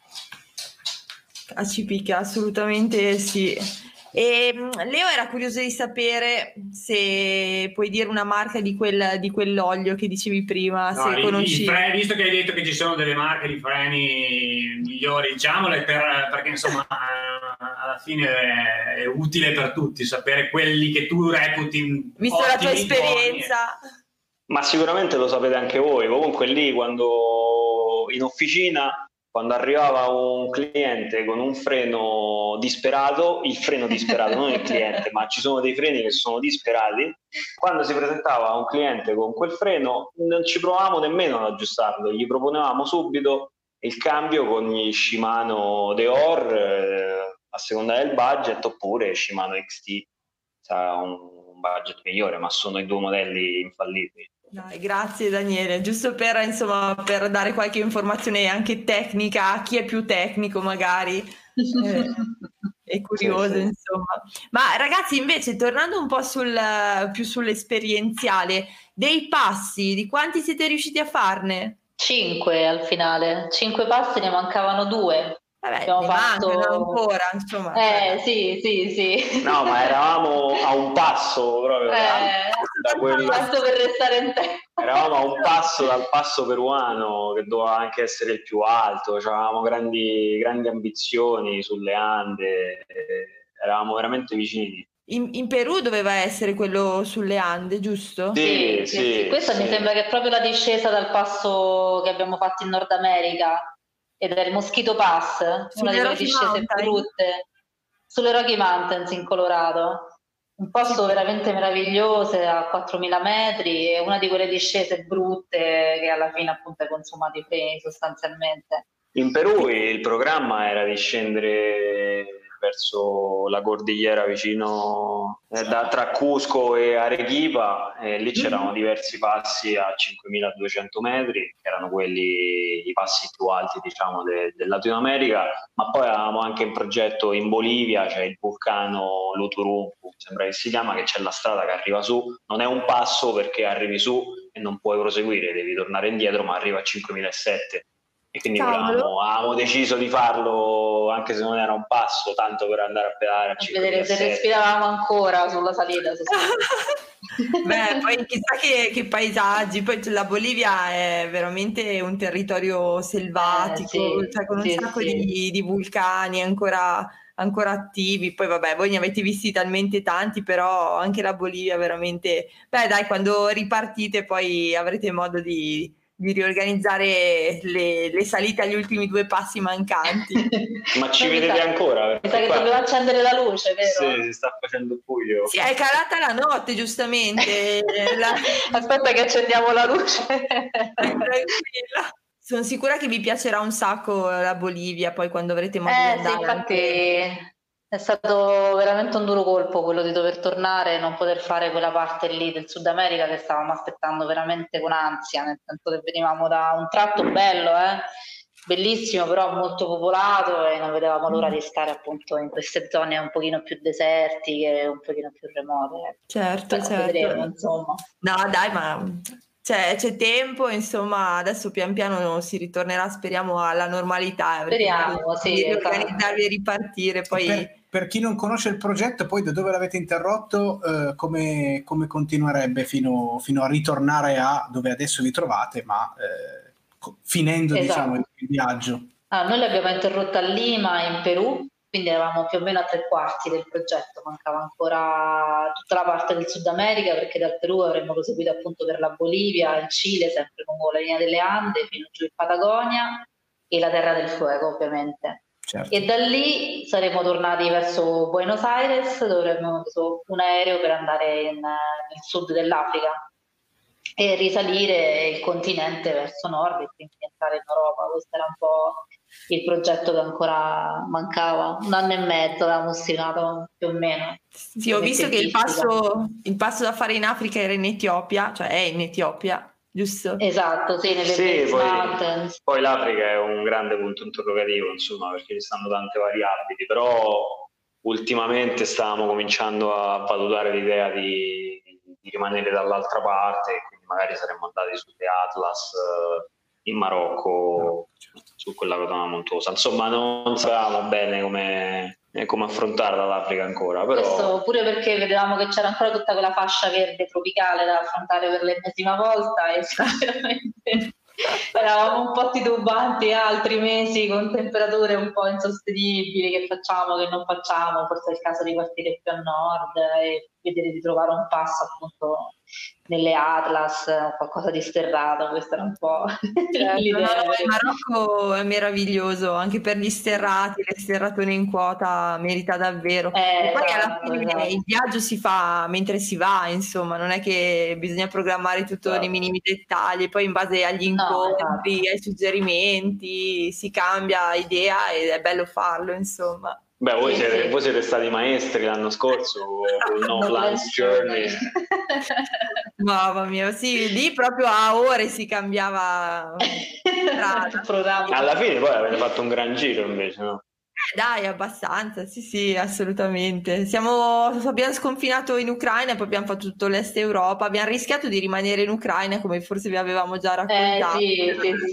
Speaker 2: Cipica, assolutamente sì. E Leo era curioso di sapere se puoi dire una marca di quell'olio che dicevi prima,
Speaker 6: no,
Speaker 2: se conosci.
Speaker 6: Visto che hai detto che ci sono delle marche di freni migliori, diciamole, perché insomma alla fine è utile per tutti sapere quelli che tu reputi
Speaker 2: visto la tua esperienza.
Speaker 5: Ma sicuramente lo sapete anche voi. Comunque lì, quando in officina, quando arrivava un cliente con un freno disperato, il freno disperato, non il cliente, ma ci sono dei freni che sono disperati, quando si presentava un cliente con quel freno non ci provavamo nemmeno ad aggiustarlo, gli proponevamo subito il cambio con gli Shimano Deore, a seconda del budget, oppure Shimano XT, sarà un budget migliore, ma sono i due modelli infallibili.
Speaker 2: Dai, grazie Daniele, giusto per dare qualche informazione anche tecnica a chi è più tecnico magari è curioso, sì. Insomma. Ma ragazzi, invece tornando un po' più sull'esperienziale, dei passi, di quanti siete riusciti a farne?
Speaker 4: 5 al finale, 5 passi, ne mancavano 2.
Speaker 2: Vabbè, ne mancano ancora, insomma.
Speaker 4: Sì.
Speaker 5: No, ma eravamo a un passo proprio da quello.
Speaker 4: Tanto per restare in tempo.
Speaker 5: Eravamo a un passo dal passo peruano, che doveva anche essere il più alto, avevamo grandi ambizioni sulle Ande, eravamo veramente vicini.
Speaker 2: In Perù doveva essere quello sulle Ande, giusto?
Speaker 4: Sì. Questa mi sembra che è proprio la discesa dal passo che abbiamo fatto in Nord America. Ed è il Mosquito Pass, una delle discese brutte, sulle Rocky Mountains in Colorado. Un posto veramente meraviglioso, a 4.000 metri, e una di quelle discese brutte che alla fine appunto hai consumato i freni sostanzialmente.
Speaker 5: In Perù il programma era di scendere verso la cordigliera vicino tra Cusco e Arequipa, e lì c'erano diversi passi a 5.200 metri, che erano i passi più alti del Latino America, ma poi avevamo anche in progetto in Bolivia, c'è il vulcano Luturumpu, sembra che si chiama, che c'è la strada che arriva su, non è un passo perché arrivi su e non puoi proseguire, devi tornare indietro, ma arriva a 5.700. E quindi avevamo deciso di farlo anche se non era un passo, tanto per andare a pedalare a 5.700.
Speaker 4: Vedere se respiravamo ancora sulla salita.
Speaker 2: Beh, poi chissà che paesaggi, poi la Bolivia è veramente un territorio selvatico, con un sacco di vulcani ancora attivi. Poi vabbè, voi ne avete visti talmente tanti, però anche la Bolivia veramente, beh dai, quando ripartite poi avrete modo di riorganizzare le salite agli ultimi 2 passi mancanti.
Speaker 5: Ma ci vedete ancora?
Speaker 4: Mi sa che dobbiamo accendere la luce, vero?
Speaker 5: Sì, si sta facendo buio.
Speaker 2: Sì, è calata la notte, giustamente.
Speaker 4: Aspetta che accendiamo la luce.
Speaker 2: Tranquilla. Sono sicura che vi piacerà un sacco la Bolivia, poi quando avrete modo di andare.
Speaker 4: Sì, infatti è stato veramente un duro colpo quello di dover tornare e non poter fare quella parte lì del Sud America che stavamo aspettando veramente con ansia, nel senso che venivamo da un tratto bello, bellissimo, però molto popolato, e non vedevamo l'ora di stare appunto in queste zone un pochino più desertiche, un pochino più remote.
Speaker 2: Certo,
Speaker 4: Però
Speaker 2: certo.
Speaker 4: vedremo, insomma.
Speaker 2: No, dai, ma c'è tempo, insomma, adesso pian piano si ritornerà, speriamo, alla normalità.
Speaker 4: Speriamo, sì,
Speaker 2: organizzarvi e ripartire. Poi
Speaker 3: per chi non conosce il progetto, poi da dove l'avete interrotto, come continuerebbe fino a ritornare a dove adesso vi trovate, ma finendo diciamo il viaggio?
Speaker 4: Noi l'abbiamo interrotta a Lima, in Perù, quindi eravamo più o meno a 3/4 del progetto, mancava ancora tutta la parte del Sud America, perché dal Perù avremmo proseguito appunto per la Bolivia, il Cile, sempre lungo la linea delle Ande, fino giù in Patagonia e la Terra del Fuego, ovviamente.
Speaker 3: Certo.
Speaker 4: E da lì saremmo tornati verso Buenos Aires, dove avremmo preso un aereo per andare nel sud dell'Africa e risalire il continente verso nord e quindi entrare in Europa. Questo era un po' il progetto che ancora mancava. 1 anno e mezzo avevamo stimato più o meno.
Speaker 2: Sì, ho visto che il passo da fare in Africa era in Etiopia, cioè è in Etiopia, giusto?
Speaker 4: Esatto, sì, nelle Base Mountains.
Speaker 5: Poi l'Africa è un grande punto interrogativo, insomma, perché ci stanno tante variabili, però ultimamente stavamo cominciando a valutare l'idea di rimanere dall'altra parte, e quindi magari saremmo andati sulle Atlas in Marocco, su quella coda montuosa. Insomma, non sapevamo bene come affrontarla l'Africa ancora, però...
Speaker 4: Questo pure perché vedevamo che c'era ancora tutta quella fascia verde tropicale da affrontare per l'ennesima volta, e sinceramente eravamo un po' titubanti. Altri mesi con temperature un po' insostenibili, che facciamo, che non facciamo, forse è il caso di partire più a nord e vedere di trovare un passo appunto nelle Atlas, qualcosa di sterrato. Questa era un po' l'idea.
Speaker 2: Il Marocco è meraviglioso anche per gli sterrati, le sterratone in quota merita davvero. E poi alla fine il viaggio si fa mentre si va, insomma, non è che bisogna programmare tutto nei minimi dettagli, poi in base agli incontri, ai suggerimenti si cambia idea ed è bello farlo, insomma.
Speaker 5: Beh, voi siete stati maestri l'anno scorso con No Plans Journey.
Speaker 2: Mamma mia, sì, lì proprio a ore si cambiava strada.
Speaker 5: Alla fine poi avete fatto un gran giro invece, no?
Speaker 2: Dai, abbastanza, sì, assolutamente. Abbiamo sconfinato in Ucraina e poi abbiamo fatto tutto l'est Europa. Abbiamo rischiato di rimanere in Ucraina, come forse vi avevamo già raccontato.
Speaker 4: Sì.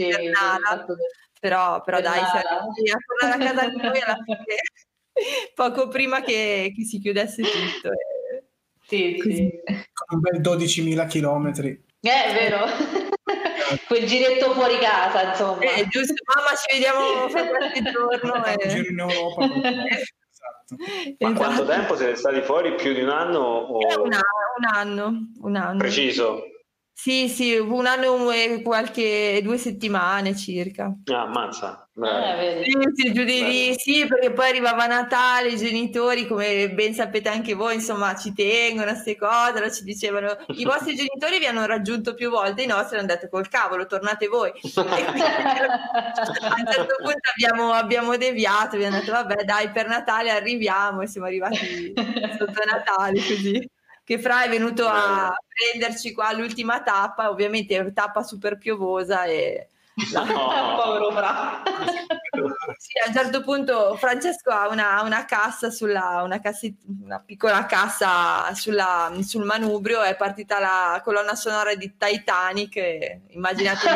Speaker 2: Però dai, siamo a tornare a casa di noi alla fine, poco prima che si chiudesse tutto.
Speaker 4: Sì.
Speaker 3: Con un bel 12.000 chilometri.
Speaker 4: È vero. Quel giretto fuori casa, insomma.
Speaker 2: Giusto, mamma, ci vediamo fra qualche giorno.
Speaker 3: Giro in Europa. Esatto.
Speaker 5: Ma quanto tempo siete stati fuori? Più di un anno? O...
Speaker 2: Un anno.
Speaker 5: Preciso?
Speaker 2: Sì, 1 anno e 2 settimane circa.
Speaker 5: Ammazza.
Speaker 2: Sì, giù di lì, sì, perché poi arrivava Natale, i genitori, come ben sapete anche voi, insomma, ci tengono a queste cose, ci dicevano i vostri genitori vi hanno raggiunto più volte, i nostri hanno detto col cavolo, tornate voi. E quindi, a un certo punto abbiamo deviato, abbiamo detto vabbè dai, per Natale arriviamo, e siamo arrivati sotto Natale così. Che Fra è venuto a prenderci qua all'ultima tappa, ovviamente tappa super piovosa e...
Speaker 4: povero Fra.
Speaker 2: Sì, a un certo punto Francesco ha una cassa una piccola cassa sul manubrio, è partita la colonna sonora di Titanic, immaginate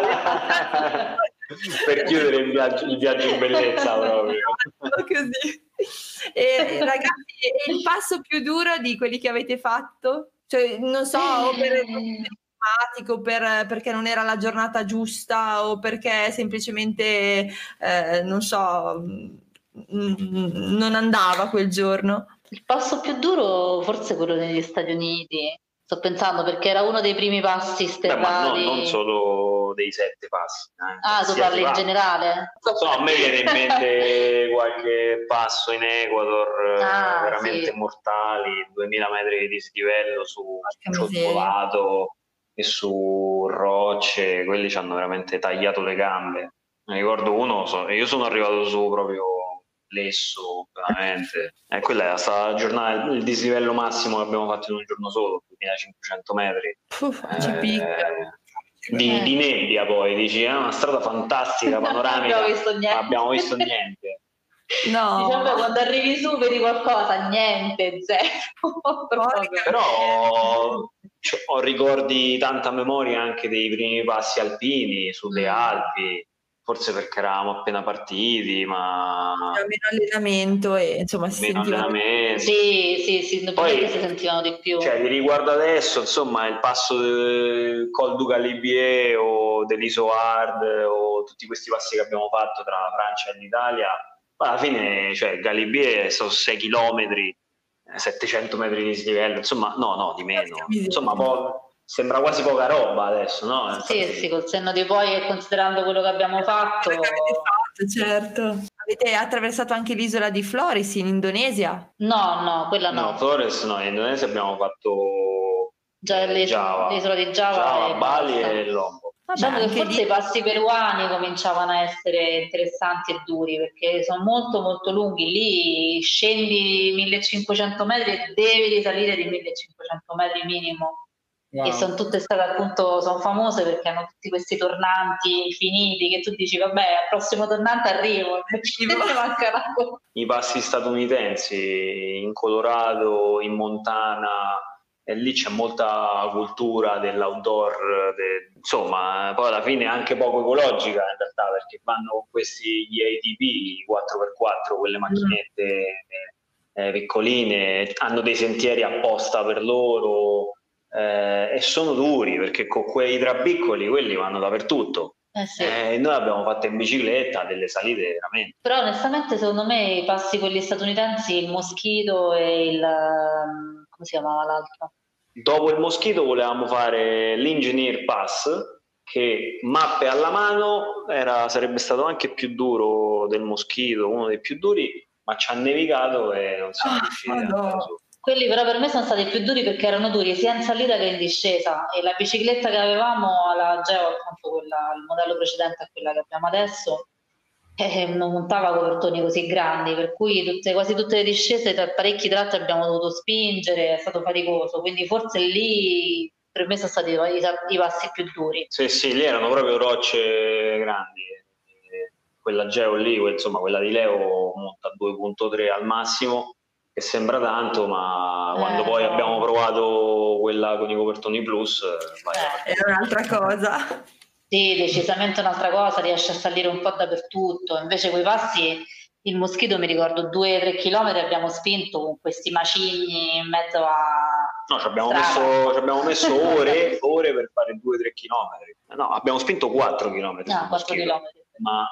Speaker 5: per chiudere il viaggio in bellezza proprio.
Speaker 2: Così. E ragazzi, è il passo più duro di quelli che avete fatto? Cioè, non so, o perché non era la giornata giusta, o perché semplicemente non so, non andava quel giorno.
Speaker 4: Il passo più duro forse è quello negli Stati Uniti, sto pensando, perché era uno dei primi passi sterrati.
Speaker 5: Ma non solo dei 7 passi.
Speaker 4: Tu parli in generale?
Speaker 5: A me viene in mente qualche passo in Ecuador veramente mortali, 2000 metri di dislivello su cioccolato e su rocce, quelli ci hanno veramente tagliato le gambe. Mi ricordo uno, io sono arrivato su proprio lesso, veramente. Quella è stata la giornata, il dislivello massimo che abbiamo fatto in un giorno solo, 2500 metri.
Speaker 2: Ci picca.
Speaker 5: di nebbia, poi dici una strada fantastica, panoramica,
Speaker 4: abbiamo visto niente.
Speaker 2: No.
Speaker 4: Diciamo, quando arrivi su vedi qualcosa, niente, zero.
Speaker 5: Però ho ricordi, tanta memoria anche dei primi passi alpini sulle Alpi, forse perché eravamo appena partiti, ma
Speaker 2: meno allenamento e insomma si sentivano.
Speaker 4: Sì, poi si sentivano di più.
Speaker 5: Cioè, ti riguardo adesso, insomma, il passo del Col du Galibier o dell'Isoard o tutti questi passi che abbiamo fatto tra la Francia e l'Italia, alla fine, cioè, Galibier sono 6 chilometri, 700 metri di dislivello, insomma, no, di meno. Insomma, sembra quasi poca roba adesso, no?
Speaker 4: Sì, col senno di poi e considerando quello che abbiamo fatto.
Speaker 2: Certo. Avete attraversato anche l'isola di Flores in Indonesia?
Speaker 4: No, quella no.
Speaker 5: No, Flores no, in Indonesia abbiamo fatto
Speaker 4: l'isola di Giava
Speaker 5: Bali e Lombok.
Speaker 4: Diciamo che forse i passi peruani cominciavano a essere interessanti e duri perché sono molto molto lunghi, lì scendi 1500 metri e devi risalire di 1500 metri minimo. Wow. E sono tutte state appunto, sono famose perché hanno tutti questi tornanti infiniti che tu dici vabbè al prossimo tornante arrivo,
Speaker 5: i passi statunitensi in Colorado, in Montana, e lì c'è molta cultura dell'outdoor, insomma, poi alla fine anche poco ecologica in realtà, perché vanno con questi gli ATV 4x4, quelle macchinette piccoline, hanno dei sentieri apposta per loro e sono duri perché con quei trabiccoli quelli vanno dappertutto.
Speaker 4: Sì.
Speaker 5: Noi abbiamo fatto in bicicletta delle salite veramente.
Speaker 4: Però onestamente secondo me i passi quelli statunitensi, il Mosquito e il come si chiamava l'altro?
Speaker 5: Dopo il Mosquito volevamo fare l'Engineer Pass, che mappe alla mano sarebbe stato anche più duro del Mosquito, uno dei più duri, ma ci ha nevicato e non siamo riusciti ad andare su.
Speaker 4: Quelli però per me sono stati più duri perché erano duri sia in salita che in discesa, e la bicicletta che avevamo, la Geo, appunto il modello precedente a quella che abbiamo adesso, non montava copertoni così grandi, per cui quasi tutte le discese tra parecchi tratti abbiamo dovuto spingere, è stato faticoso, quindi forse lì per me sono stati i passi più duri.
Speaker 5: Sì, lì erano proprio rocce grandi, quella Geo lì, insomma quella di Leo monta 2.3 al massimo, che sembra tanto, ma quando poi abbiamo provato quella con i copertoni plus
Speaker 2: era un'altra cosa.
Speaker 4: Sì, decisamente un'altra cosa, riesce a salire un po' dappertutto. Invece quei passi, il Mosquito mi ricordo 2-3 chilometri abbiamo spinto con questi macigni in mezzo a...
Speaker 5: No, ci abbiamo messo ore per fare 2-3 chilometri. No, abbiamo spinto 4 chilometri.
Speaker 4: No, 4 chilometri.
Speaker 5: Ma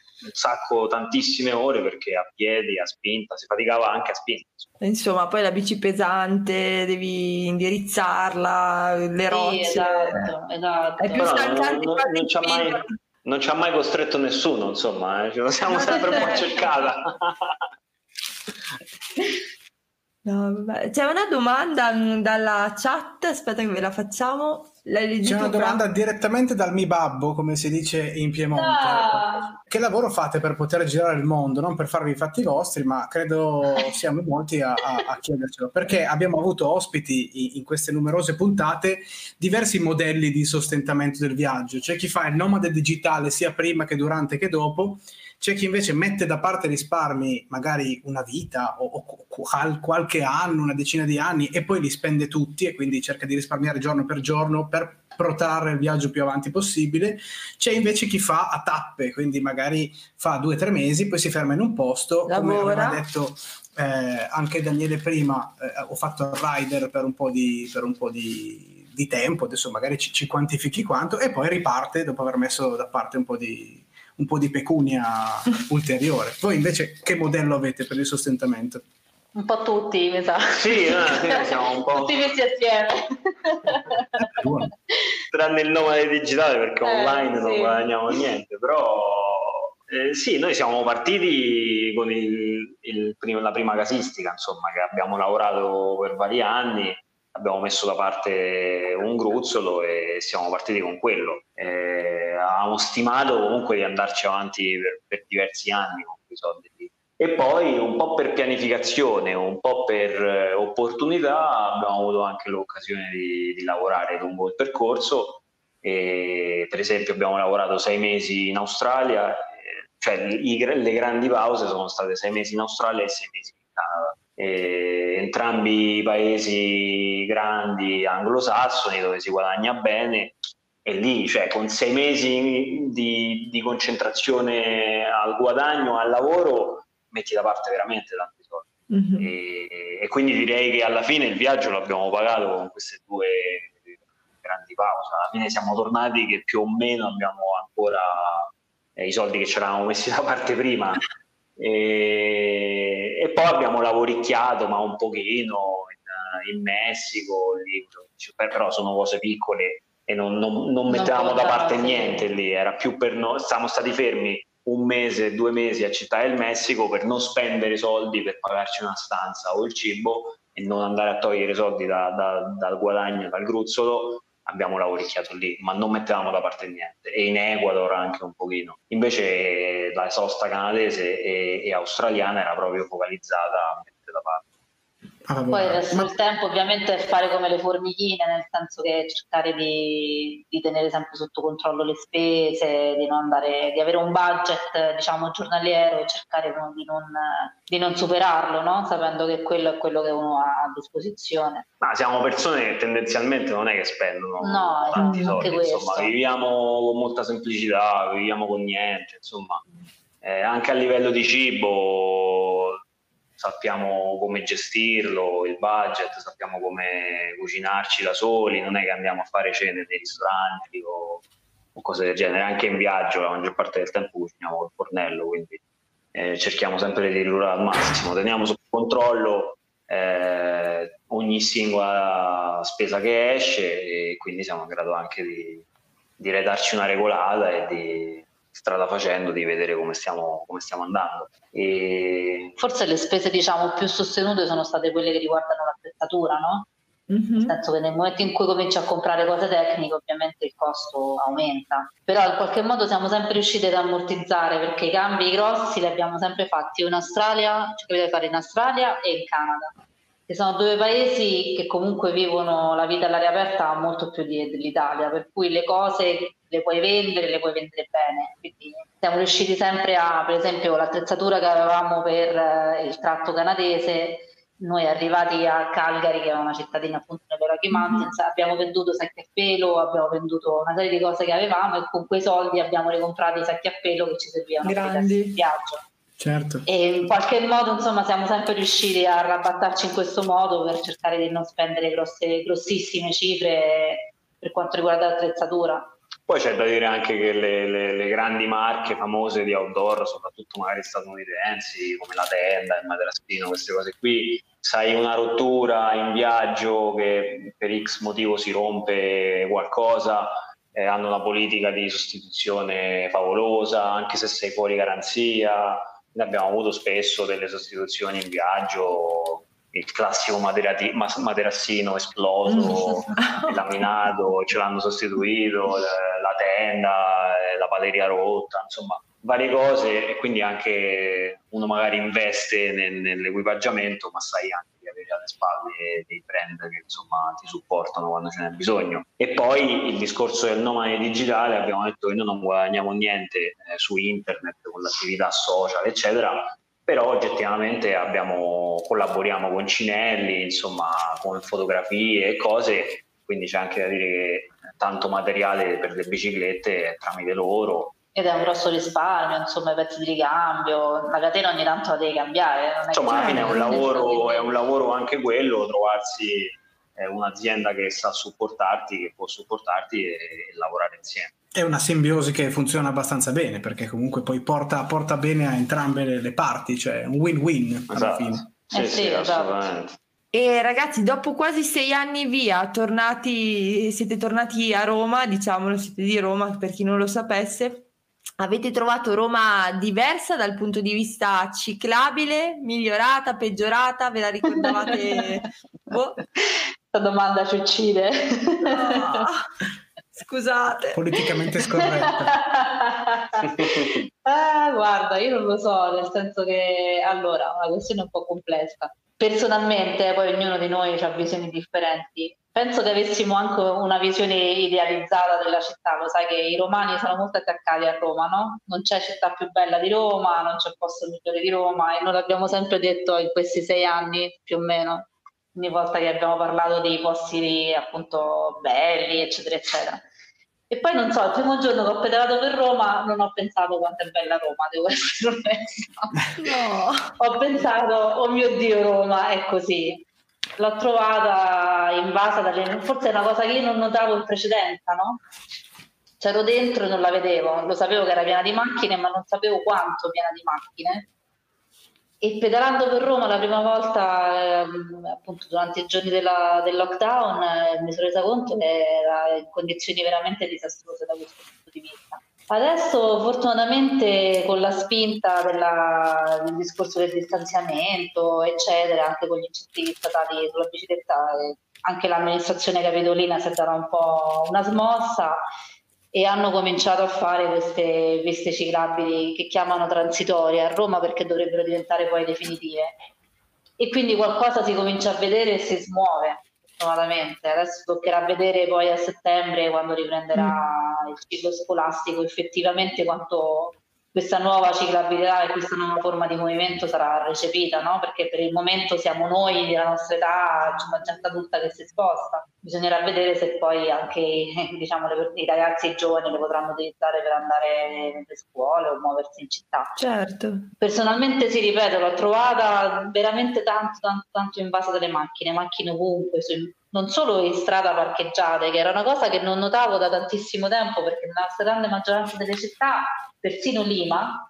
Speaker 5: tantissime ore perché a piedi, a spinta, si faticava anche a spinta.
Speaker 2: Insomma, poi la bici pesante, devi indirizzarla, le rocce.
Speaker 4: Sì, esatto.
Speaker 2: È più stancante
Speaker 5: non ci ha mai costretto nessuno, insomma, ce lo siamo sempre un po' cercata.
Speaker 2: No, vabbè. C'è una domanda dalla chat, aspetta che ve la facciamo.
Speaker 3: C'è una domanda direttamente dal mi babbo, come si dice in Piemonte. Che lavoro fate per poter girare il mondo? Non per farvi i fatti vostri, ma credo siamo molti a chiedercelo, perché abbiamo avuto ospiti in queste numerose puntate diversi modelli di sostentamento del viaggio. C'è chi fa il nomade digitale sia prima che durante che dopo, c'è chi invece mette da parte risparmi magari una vita o qualche anno, una decina di anni, e poi li spende tutti e quindi cerca di risparmiare giorno per giorno per protrarre il viaggio più avanti possibile. C'è invece chi fa a tappe, quindi magari fa 2 o 3 mesi, poi si ferma in un posto, come aveva detto anche Daniele prima. Ho fatto il rider per un po' di tempo, adesso magari ci quantifichi quanto, e poi riparte dopo aver messo da parte un po' di pecunia ulteriore. Voi invece che modello avete per il sostentamento?
Speaker 4: Un po' tutti, mi sa.
Speaker 5: Sì, siamo un po'
Speaker 4: tutti messi assieme.
Speaker 5: Tranne il nomade digitale, perché online non guadagniamo niente, però sì, noi siamo partiti con la prima casistica, insomma, che abbiamo lavorato per vari anni, abbiamo messo da parte un gruzzolo e siamo partiti con quello. Avevamo stimato comunque di andarci avanti per diversi anni con quei soldi lì. E poi un po' per pianificazione, un po' per opportunità abbiamo avuto anche l'occasione di lavorare lungo il percorso, e per esempio abbiamo lavorato 6 mesi in Australia, cioè le grandi pause sono state 6 mesi in Australia e 6 mesi in Canada, e entrambi i paesi grandi anglosassoni dove si guadagna bene, e lì, cioè, con 6 mesi di concentrazione al guadagno, al lavoro, metti da parte veramente tanti soldi. E quindi direi che alla fine il viaggio l'abbiamo pagato con queste 2 grandi pause. Alla fine siamo tornati che più o meno abbiamo ancora i soldi che ci eravamo messi da parte prima, e poi abbiamo lavoricchiato, ma un pochino in Messico lì, però sono cose piccole e non mettevamo da parte niente lì, era più per noi, siamo stati fermi 1 mese, 2 mesi a Città del Messico per non spendere soldi per pagarci una stanza o il cibo e non andare a togliere soldi dal guadagno, dal gruzzolo. Abbiamo lavoricchiato lì, ma non mettevamo da parte niente, e in Ecuador anche un pochino. Invece la sosta canadese e australiana era proprio focalizzata a mettere da parte.
Speaker 4: Poi il resto del tempo ovviamente fare come le formichine, nel senso che cercare di tenere sempre sotto controllo le spese, di avere un budget, diciamo, giornaliero, e cercare di non superarlo, no? Sapendo che quello è quello che uno ha a disposizione.
Speaker 5: Ma siamo persone che tendenzialmente non è che spendono tanti soldi, insomma, viviamo con molta semplicità, viviamo con niente, insomma, anche a livello di cibo sappiamo come gestirlo, il budget, sappiamo come cucinarci da soli, non è che andiamo a fare cene nei ristoranti o cose del genere. Anche in viaggio la maggior parte del tempo cuciniamo col fornello, quindi cerchiamo sempre di ridurre al massimo, teniamo sotto controllo ogni singola spesa che esce, e quindi siamo in grado anche di redarci una regolata e di strada facendo di vedere come stiamo andando. E
Speaker 4: forse le spese, diciamo, più sostenute sono state quelle che riguardano l'attrezzatura, no? Nel senso che nel momento in cui cominci a comprare cose tecniche ovviamente il costo aumenta, però in qualche modo siamo sempre riusciti ad ammortizzare, perché i cambi grossi li abbiamo sempre fatti in Australia, cioè che fare in Australia e in Canada, che sono 2 paesi che comunque vivono la vita all'aria aperta molto più dell'Italia, per cui le cose le puoi vendere bene. Quindi siamo riusciti sempre per esempio, l'attrezzatura che avevamo per il tratto canadese, noi arrivati a Calgary, che è una cittadina appunto nelle Rocky Mountains, abbiamo venduto sacchi a pelo, abbiamo venduto una serie di cose che avevamo, e con quei soldi abbiamo ricomprato i sacchi a pelo che ci servivano per il viaggio.
Speaker 3: Certo.
Speaker 4: E in qualche modo, insomma, siamo sempre riusciti a rabattarci in questo modo per cercare di non spendere grossissime cifre per quanto riguarda l'attrezzatura.
Speaker 5: Poi c'è da dire anche che le grandi marche famose di outdoor, soprattutto magari statunitensi, come la tenda, il materassino, queste cose qui, sai, una rottura in viaggio che per X motivo si rompe qualcosa, hanno una politica di sostituzione favolosa, anche se sei fuori garanzia. Ne abbiamo avuto spesso delle sostituzioni in viaggio, il classico materassino esploso, laminato, ce l'hanno sostituito, la tenda, la paderia rotta, insomma varie cose, e quindi anche uno magari investe nell'equipaggiamento, ma sai anche di avere alle spalle dei brand che insomma ti supportano quando ce n'è bisogno. E poi il discorso del nomade digitale, abbiamo detto che noi non guadagniamo niente su internet con l'attività social eccetera, però oggettivamente collaboriamo con Cinelli, insomma, con fotografie e cose, quindi c'è anche da dire che tanto materiale per le biciclette è tramite loro.
Speaker 4: Ed è un grosso risparmio, insomma, i pezzi di ricambio, la catena ogni tanto la devi cambiare. Non è
Speaker 5: insomma, alla fine è un lavoro anche quello, trovarsi un'azienda che sa supportarti, che può supportarti e lavorare insieme.
Speaker 3: È una simbiosi che funziona abbastanza bene, perché comunque poi porta bene a entrambe le parti, cioè un win-win alla fine.
Speaker 5: Sì, assolutamente.
Speaker 2: E ragazzi, dopo quasi 6 anni via, siete tornati a Roma, diciamolo, siete di Roma per chi non lo sapesse. Avete trovato Roma diversa dal punto di vista ciclabile, migliorata, peggiorata? Ve la ricordavate?
Speaker 4: Questa domanda ci uccide.
Speaker 2: No. Scusate.
Speaker 3: Politicamente scorretta.
Speaker 4: Guarda, io non lo so, nel senso che allora, una questione un po' complessa. Personalmente, poi ognuno di noi ha visioni differenti. Penso che avessimo anche una visione idealizzata della città. Lo sai che i romani sono molto attaccati a Roma, no? Non c'è città più bella di Roma, non c'è posto migliore di Roma, e noi l'abbiamo sempre detto in questi 6 anni più o meno, ogni volta che abbiamo parlato di posti appunto belli, eccetera, eccetera. E poi non so, il primo giorno che ho pedalato per Roma non ho pensato quanto è bella Roma, devo essere onesta.
Speaker 2: No.
Speaker 4: Ho pensato, oh mio Dio, Roma è così. L'ho trovata invasa dalle... Forse è una cosa che io non notavo in precedenza, no? C'ero dentro e non la vedevo, lo sapevo che era piena di macchine, ma non sapevo quanto piena di macchine. E pedalando per Roma la prima volta, appunto durante i giorni del lockdown, mi sono resa conto che era in condizioni veramente disastrose da questo punto di vista. Adesso fortunatamente con la spinta del discorso del distanziamento, eccetera, anche con gli incentivi statali sulla bicicletta, anche l'amministrazione capitolina si è data un po' una smossa e hanno cominciato a fare queste piste ciclabili che chiamano transitorie a Roma, perché dovrebbero diventare poi definitive. E quindi qualcosa si comincia a vedere e si smuove, fortunatamente. Adesso toccherà vedere poi a settembre, quando riprenderà il ciclo scolastico, effettivamente quanto questa nuova ciclabilità e questa nuova forma di movimento sarà recepita, no? Perché per il momento siamo noi della nostra età, la gente adulta che si sposta. Bisognerà vedere se poi anche diciamo, i ragazzi e i giovani le potranno utilizzare per andare nelle scuole o muoversi in città.
Speaker 2: Certo.
Speaker 4: Personalmente, si ripeto, l'ho trovata veramente tanto invasa dalle macchine ovunque, non solo in strada parcheggiate, che era una cosa che non notavo da tantissimo tempo, perché nella stragrande maggioranza delle città, persino Lima,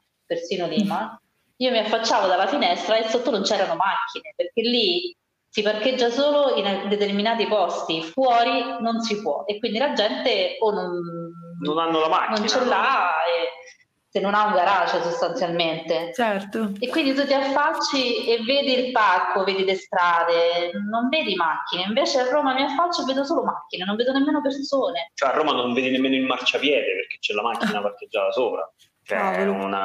Speaker 4: io mi affacciavo dalla finestra e sotto non c'erano macchine, perché lì si parcheggia solo in determinati posti, fuori non si può, e quindi la gente o
Speaker 5: non hanno la macchina,
Speaker 4: non ce l'ha, se non ha un garage sostanzialmente.
Speaker 2: Certo.
Speaker 4: E quindi tu ti affacci e vedi il parco, vedi le strade, non vedi macchine. Invece a Roma mi affaccio e vedo solo macchine, non vedo nemmeno persone.
Speaker 5: Cioè a Roma non vedi nemmeno il marciapiede perché c'è la macchina parcheggiata sopra. Cioè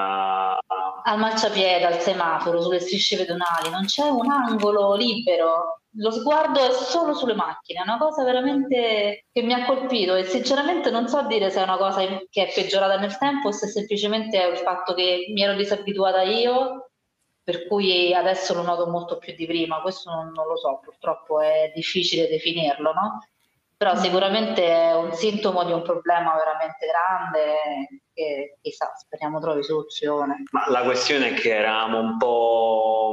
Speaker 4: al marciapiede, al semaforo, sulle strisce pedonali, non c'è un angolo libero. Lo sguardo è solo sulle macchine, è una cosa veramente che mi ha colpito, e sinceramente non so dire se è una cosa che è peggiorata nel tempo o se semplicemente è il fatto che mi ero disabituata io, per cui adesso lo noto molto più di prima. Questo non lo so, purtroppo è difficile definirlo, no? Però sicuramente è un sintomo di un problema veramente grande che chissà, speriamo trovi soluzione.
Speaker 5: Ma la questione è che eravamo un po'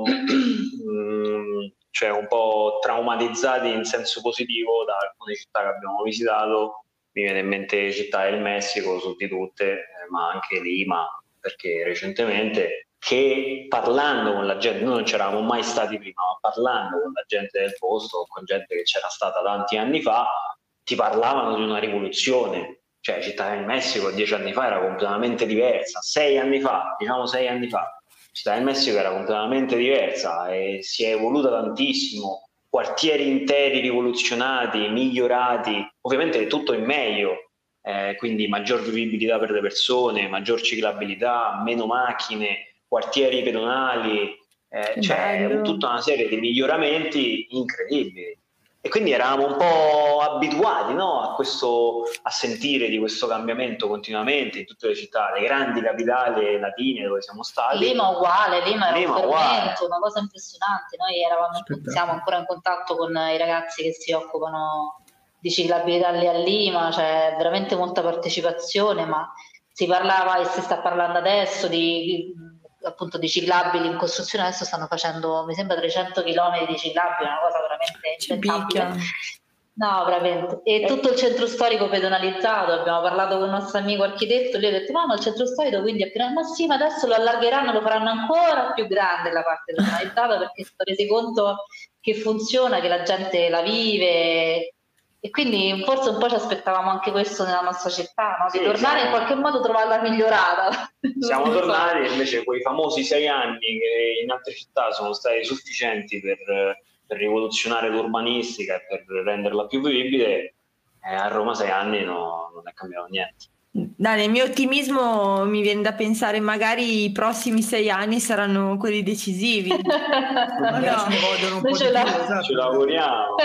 Speaker 5: cioè un po' traumatizzati in senso positivo da alcune città che abbiamo visitato. Mi viene in mente Città del Messico su di tutte, ma anche Lima, perché recentemente, che parlando con la gente, noi non c'eravamo mai stati prima, ma parlando con la gente del posto, con gente che c'era stata tanti anni fa, ti parlavano di una rivoluzione. Cioè Città del Messico 10 anni fa era completamente diversa, 6 anni fa, diciamo 6 anni fa, Città del Messico era completamente diversa e si è evoluta tantissimo, quartieri interi rivoluzionati, migliorati, ovviamente tutto in meglio, quindi maggior vivibilità per le persone, maggior ciclabilità, meno macchine, quartieri pedonali, cioè tutta una serie di miglioramenti incredibili. E quindi eravamo un po' abituati, no, a sentire di questo cambiamento continuamente in tutte le città, le grandi capitali latine dove siamo stati.
Speaker 4: Lima uguale, Lima era un fermento, una cosa impressionante. Noi siamo ancora in contatto con i ragazzi che si occupano di ciclabilità lì a Lima, c'è veramente molta partecipazione, ma si parlava e si sta parlando adesso appunto di ciclabili in costruzione. Adesso stanno facendo, mi sembra, 300 km di ciclabili, una cosa veramente impensabile. No, veramente. E tutto il centro storico pedonalizzato. Abbiamo parlato con il nostro amico architetto, lui ha detto ma il centro storico quindi è pieno, ma sì, ma adesso lo allargheranno, lo faranno ancora più grande la parte pedonalizzata, perché si sono resi conto che funziona, che la gente la vive. E quindi forse un po' ci aspettavamo anche questo nella nostra città, no? Di tornare in qualche modo, trovarla migliorata.
Speaker 5: Siamo tornati, invece quei famosi 6 anni che in altre città sono stati sufficienti per rivoluzionare l'urbanistica e per renderla più vivibile, A Roma 6 anni non è cambiato niente.
Speaker 2: Nel mio ottimismo mi viene da pensare magari i prossimi 6 anni saranno quelli decisivi.
Speaker 3: Magari ce ne vogliono un po' di più, esatto.
Speaker 5: Ci lavoriamo.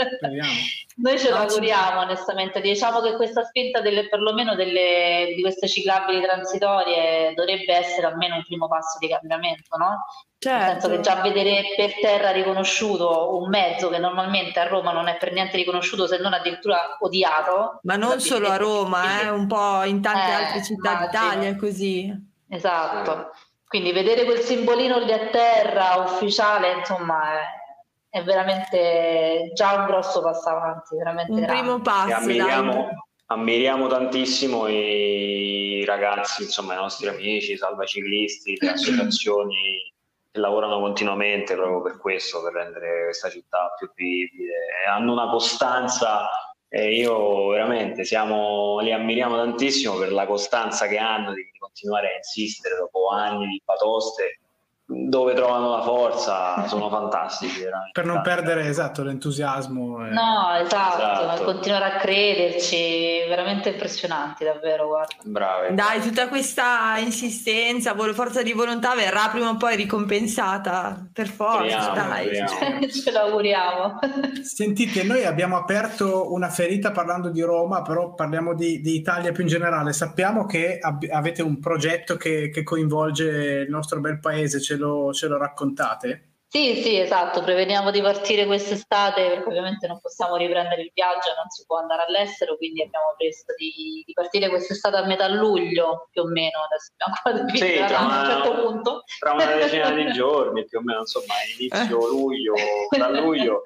Speaker 4: Noi ce l'auguriamo onestamente, diciamo che questa spinta perlomeno di queste ciclabili transitorie dovrebbe essere almeno un primo passo di cambiamento, no?
Speaker 2: Certo.
Speaker 4: Nel senso che già vedere per terra riconosciuto un mezzo che normalmente a Roma non è per niente riconosciuto, se non addirittura odiato.
Speaker 2: Ma non solo a Roma, un po' in tante altre città d'Italia è così.
Speaker 4: Esatto, quindi vedere quel simbolino lì a terra ufficiale, insomma, è veramente già un grosso passo avanti, veramente
Speaker 2: un
Speaker 4: grande.
Speaker 2: primo passo.
Speaker 5: Ammiriamo tantissimo i ragazzi, insomma, i nostri amici, i salvaciclisti, le associazioni che lavorano continuamente proprio per questo, per rendere questa città più vivibile. Hanno una costanza e io veramente li ammiriamo tantissimo per la costanza che hanno di continuare a insistere dopo anni di batoste. Dove trovano la forza, sono fantastici veramente.
Speaker 3: Per non perdere l'entusiasmo.
Speaker 4: No, esatto, continuare a crederci, veramente impressionanti, davvero, guarda.
Speaker 5: Bravi.
Speaker 2: Dai, tutta questa insistenza, forza di volontà verrà prima o poi ricompensata, per forza, dai.
Speaker 4: Ce l'auguriamo.
Speaker 3: Sentite, noi abbiamo aperto una ferita parlando di Roma, però parliamo di Italia più in generale. Sappiamo che avete un progetto che coinvolge il nostro bel paese, ce lo raccontate?
Speaker 4: Sì, esatto, prevediamo di partire quest'estate perché ovviamente non possiamo riprendere il viaggio, non si può andare all'estero, quindi abbiamo previsto di partire quest'estate a metà luglio più o meno, adesso abbiamo ancora definito a un certo punto.
Speaker 5: Tra una decina di giorni più o meno, insomma inizio luglio, da luglio,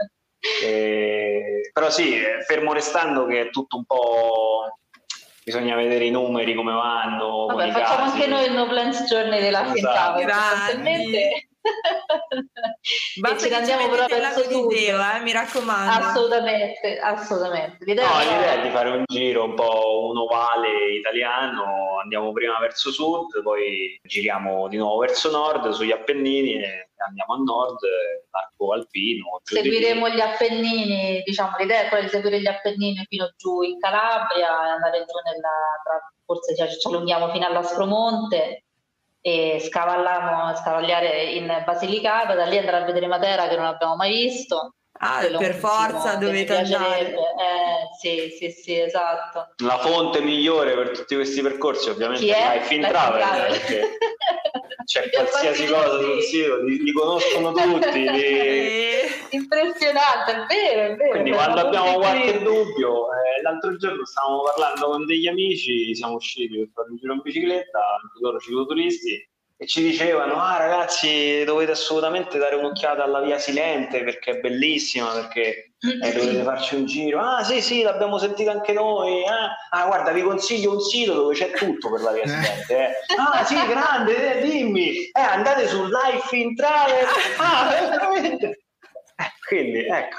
Speaker 5: però sì, fermo restando che è tutto un po'... Bisogna vedere i numeri come vanno.
Speaker 4: Vabbè, facciamo anche noi il No Plans Journey della Fintravel. Sostanzialmente
Speaker 2: basta che andiamo però verso Coliseo, mi raccomando.
Speaker 4: Assolutamente.
Speaker 5: L'idea è di fare un giro un po' un ovale italiano, andiamo prima verso sud, poi giriamo di nuovo verso nord sugli Appennini e andiamo a nord, l'arco alpino.
Speaker 4: Seguiremo gli Appennini, diciamo l'idea è quella di seguire gli Appennini fino giù in Calabria e andare giù forse ci allunghiamo fino all'Aspromonte e scavagliare in Basilicata, da lì andare a vedere Matera che non abbiamo mai visto.
Speaker 2: Per forza dovete andare.
Speaker 4: Sì, esatto.
Speaker 5: La fonte migliore per tutti questi percorsi ovviamente è Life in Travel, perché c'è qualsiasi cosa sul sito, li conoscono tutti.
Speaker 4: Impressionante, è vero.
Speaker 5: Quindi quando abbiamo qualche dubbio, l'altro giorno stavamo parlando con degli amici, siamo usciti per fare un giro in bicicletta, anche loro cicloturisti, e ci dicevano: ragazzi, dovete assolutamente dare un'occhiata alla Via Silente perché è bellissima, perché dovete farci un giro. Sì, l'abbiamo sentita anche noi. Guarda, vi consiglio un sito dove c'è tutto per la Via Silente. Sì, grande, dimmi. Andate su Life in Travel. Veramente. Quindi ecco.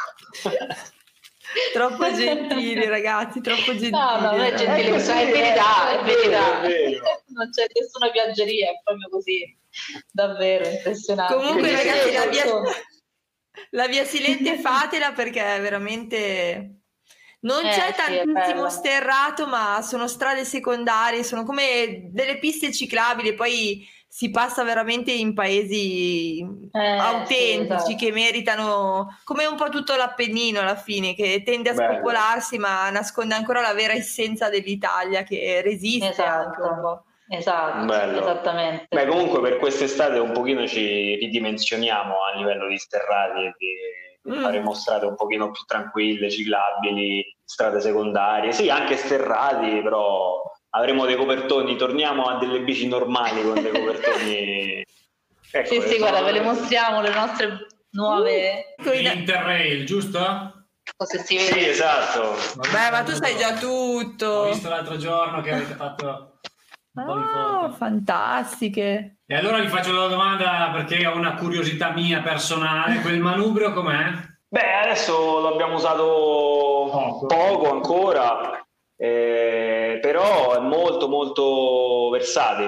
Speaker 2: Troppo gentili, ragazzi, troppo gentili.
Speaker 4: No, è gentile, è verità. Non c'è nessuna piaggeria, è proprio così. Davvero impressionante.
Speaker 2: Comunque, ragazzi, la Via Silente fatela perché è veramente... Non c'è tantissimo sterrato, ma sono strade secondarie, sono come delle piste ciclabili, poi si passa veramente in paesi autentici che meritano, come un po' tutto l'Appennino alla fine, che tende a spopolarsi ma nasconde ancora la vera essenza dell'Italia che resiste anche un po'.
Speaker 4: Esatto, esattamente.
Speaker 5: Comunque per quest'estate un pochino ci ridimensioniamo a livello di sterrati e faremo strade un pochino più tranquille, ciclabili, strade secondarie, sì, anche sterrati, però avremo dei copertoni, torniamo a delle bici normali con dei copertoni. Ecco,
Speaker 4: sì, guarda, ve le mostriamo le nostre nuove
Speaker 6: Interrail, giusto?
Speaker 4: Si vede.
Speaker 5: Sì, esatto.
Speaker 2: Ma tu sai già tutto.
Speaker 6: Ho visto l'altro giorno che avete fatto un po' di foto.
Speaker 2: Fantastiche.
Speaker 6: E allora gli faccio la domanda perché ho una curiosità mia personale. Quel manubrio com'è?
Speaker 5: Adesso l'abbiamo usato poco ancora, però è molto molto versatile.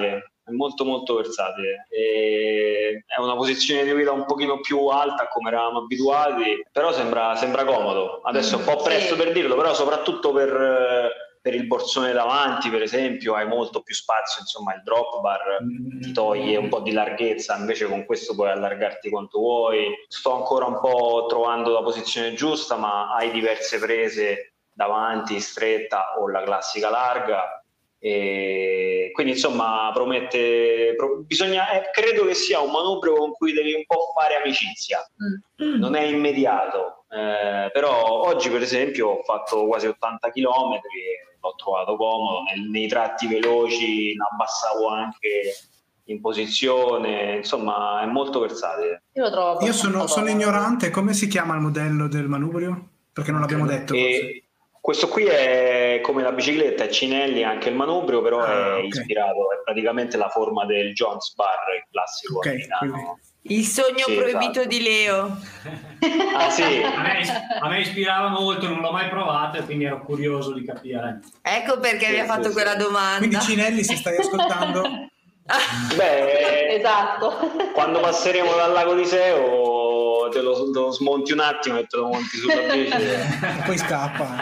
Speaker 5: è molto molto versatile. È una posizione di guida un pochino più alta come eravamo abituati, però sembra comodo. Adesso è un po' presto per dirlo, però soprattutto per il borsone davanti, per esempio, hai molto più spazio, insomma il drop bar ti toglie un po' di larghezza, invece con questo puoi allargarti quanto vuoi. Sto ancora un po' trovando la posizione giusta, ma hai diverse prese davanti, stretta o la classica larga, e quindi insomma promette, credo che sia un manubrio con cui devi un po' fare amicizia, non è immediato, però oggi per esempio ho fatto quasi 80 km e l'ho trovato comodo, nei tratti veloci abbassavo anche in posizione, insomma è molto versatile.
Speaker 3: Io sono ignorante, come si chiama il modello del manubrio? Perché non l'abbiamo detto.
Speaker 5: Questo qui è come la bicicletta, è Cinelli anche il manubrio, però è ispirato, è praticamente la forma del Jones Bar, il classico americano.
Speaker 2: Il sogno proibito di Leo.
Speaker 5: Ah sì?
Speaker 6: A me ispirava molto, non l'ho mai provato e quindi ero curioso di capire.
Speaker 2: Ecco perché mi ha fatto quella domanda.
Speaker 3: Quindi Cinelli, se stai ascoltando...
Speaker 5: Beh,
Speaker 4: esatto.
Speaker 5: Quando passeremo dal lago di Seo te lo smonti un attimo e te lo monti sulla bici
Speaker 3: e poi scappa.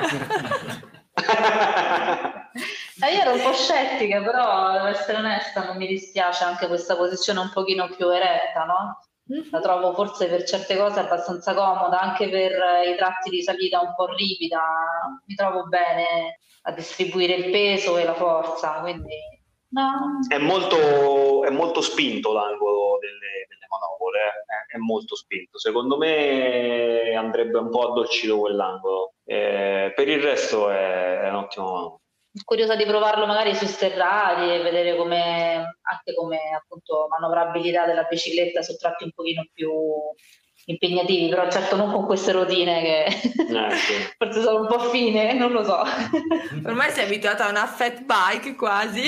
Speaker 4: Io ero un po' scettica, però devo essere onesta, non mi dispiace anche questa posizione un pochino più eretta, no? La trovo forse per certe cose abbastanza comoda, anche per i tratti di salita un po' ripida, mi trovo bene a distribuire il peso e la forza, quindi no.
Speaker 5: È molto spinto l'angolo delle manovole, è molto spinto. Secondo me andrebbe un po' addolcito quell'angolo. Per il resto è un ottimo manovolo.
Speaker 4: Curiosa di provarlo magari sui sterrati e vedere anche come appunto manovrabilità della bicicletta su tratti un pochino più impegnativi, però certo non con queste rotine che forse sono un po' fine, non lo so.
Speaker 2: Ormai sei abituata a una fat bike quasi.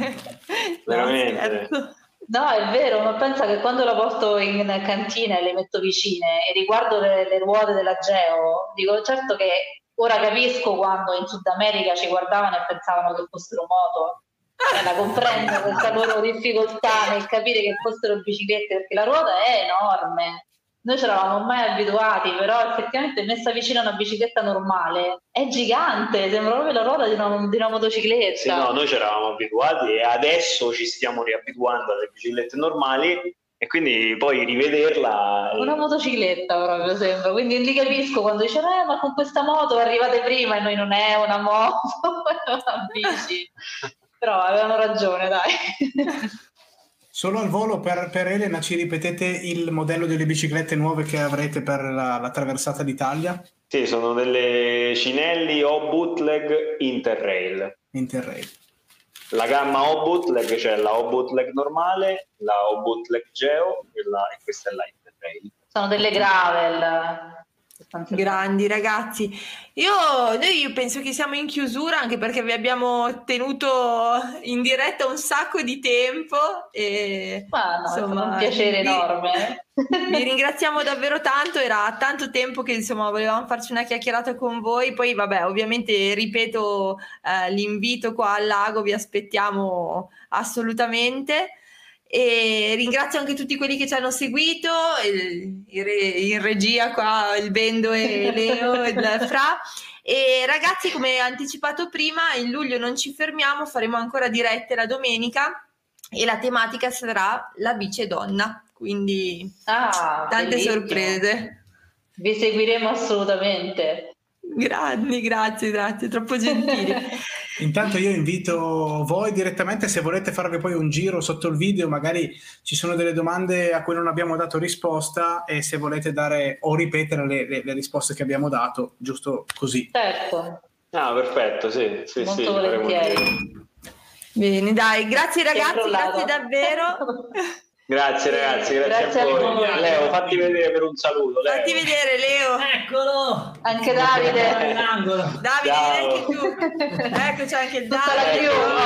Speaker 5: Veramente.
Speaker 4: No, è vero, ma pensa che quando la porto in cantina e le metto vicine e riguardo le ruote della Geo, dico certo che ora capisco quando in Sud America ci guardavano e pensavano che fossero moto. La comprendo questa loro difficoltà nel capire che fossero biciclette, perché la ruota è enorme. Noi ci eravamo mai abituati, però effettivamente messa vicino a una bicicletta normale è gigante, sembra proprio la ruota di una motocicletta.
Speaker 5: Sì, no, noi ci eravamo abituati e adesso ci stiamo riabituando alle biciclette normali e quindi poi rivederla...
Speaker 4: Una motocicletta proprio sembra, quindi li capisco quando dice ma con questa moto arrivate prima e noi non è una moto, è una bici. Però avevano ragione, dai.
Speaker 3: Solo al volo per Elena ci ripetete il modello delle biciclette nuove che avrete per la traversata d'Italia?
Speaker 5: Sì, sono delle Cinelli O Bootleg Interrail. La gamma O Bootleg, cioè la O Bootleg normale, la O Bootleg Geo e questa è la Interrail.
Speaker 4: Sono delle gravel.
Speaker 2: Grandi ragazzi, noi penso che siamo in chiusura anche perché vi abbiamo tenuto in diretta un sacco di tempo e
Speaker 4: insomma, un piacere enorme.
Speaker 2: Vi ringraziamo davvero tanto, era tanto tempo che insomma volevamo farci una chiacchierata con voi, poi vabbè ovviamente ripeto l'invito qua al lago, vi aspettiamo assolutamente. E ringrazio anche tutti quelli che ci hanno seguito, in regia qua il Bendo e Leo e il Fra. E ragazzi, come anticipato prima, in luglio non ci fermiamo, faremo ancora dirette la domenica e la tematica sarà la bici donna, quindi tante
Speaker 4: bellissimo.
Speaker 2: Sorprese.
Speaker 4: Vi seguiremo assolutamente.
Speaker 2: Grandi, grazie, troppo gentili.
Speaker 3: Intanto io invito voi direttamente, se volete farvi poi un giro sotto il video, magari ci sono delle domande a cui non abbiamo dato risposta e se volete dare o ripetere le risposte che abbiamo dato, giusto così.
Speaker 4: Certo.
Speaker 5: Perfetto, sì.
Speaker 4: Molto volentieri.
Speaker 2: Bene, dai, grazie ragazzi, grazie davvero.
Speaker 5: Grazie ragazzi, grazie a voi. Leo, fatti vedere per un saluto. Leo.
Speaker 2: Fatti vedere, Leo.
Speaker 6: Eccolo.
Speaker 4: Anche Davide.
Speaker 2: Davide, anche tu. Ecco, c'è anche il
Speaker 4: Davide.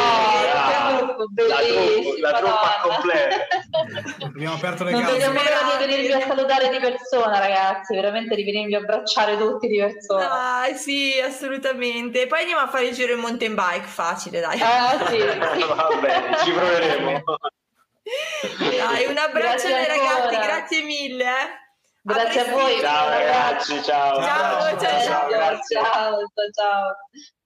Speaker 5: La truppa completa.
Speaker 3: Abbiamo aperto le
Speaker 4: gambe. Non vediamo l'ora di venirvi a salutare di persona, ragazzi. Veramente di venirvi a abbracciare tutti di persona.
Speaker 2: Sì, assolutamente. E poi andiamo a fare il giro in mountain bike, facile, dai.
Speaker 4: Sì.
Speaker 5: Va bene, ci proveremo.
Speaker 2: Dai, un abbraccione ragazzi, grazie mille.
Speaker 4: Grazie a voi.
Speaker 5: Ciao ragazzi, ciao.
Speaker 2: Ciao.
Speaker 5: Grazie.
Speaker 4: Ciao.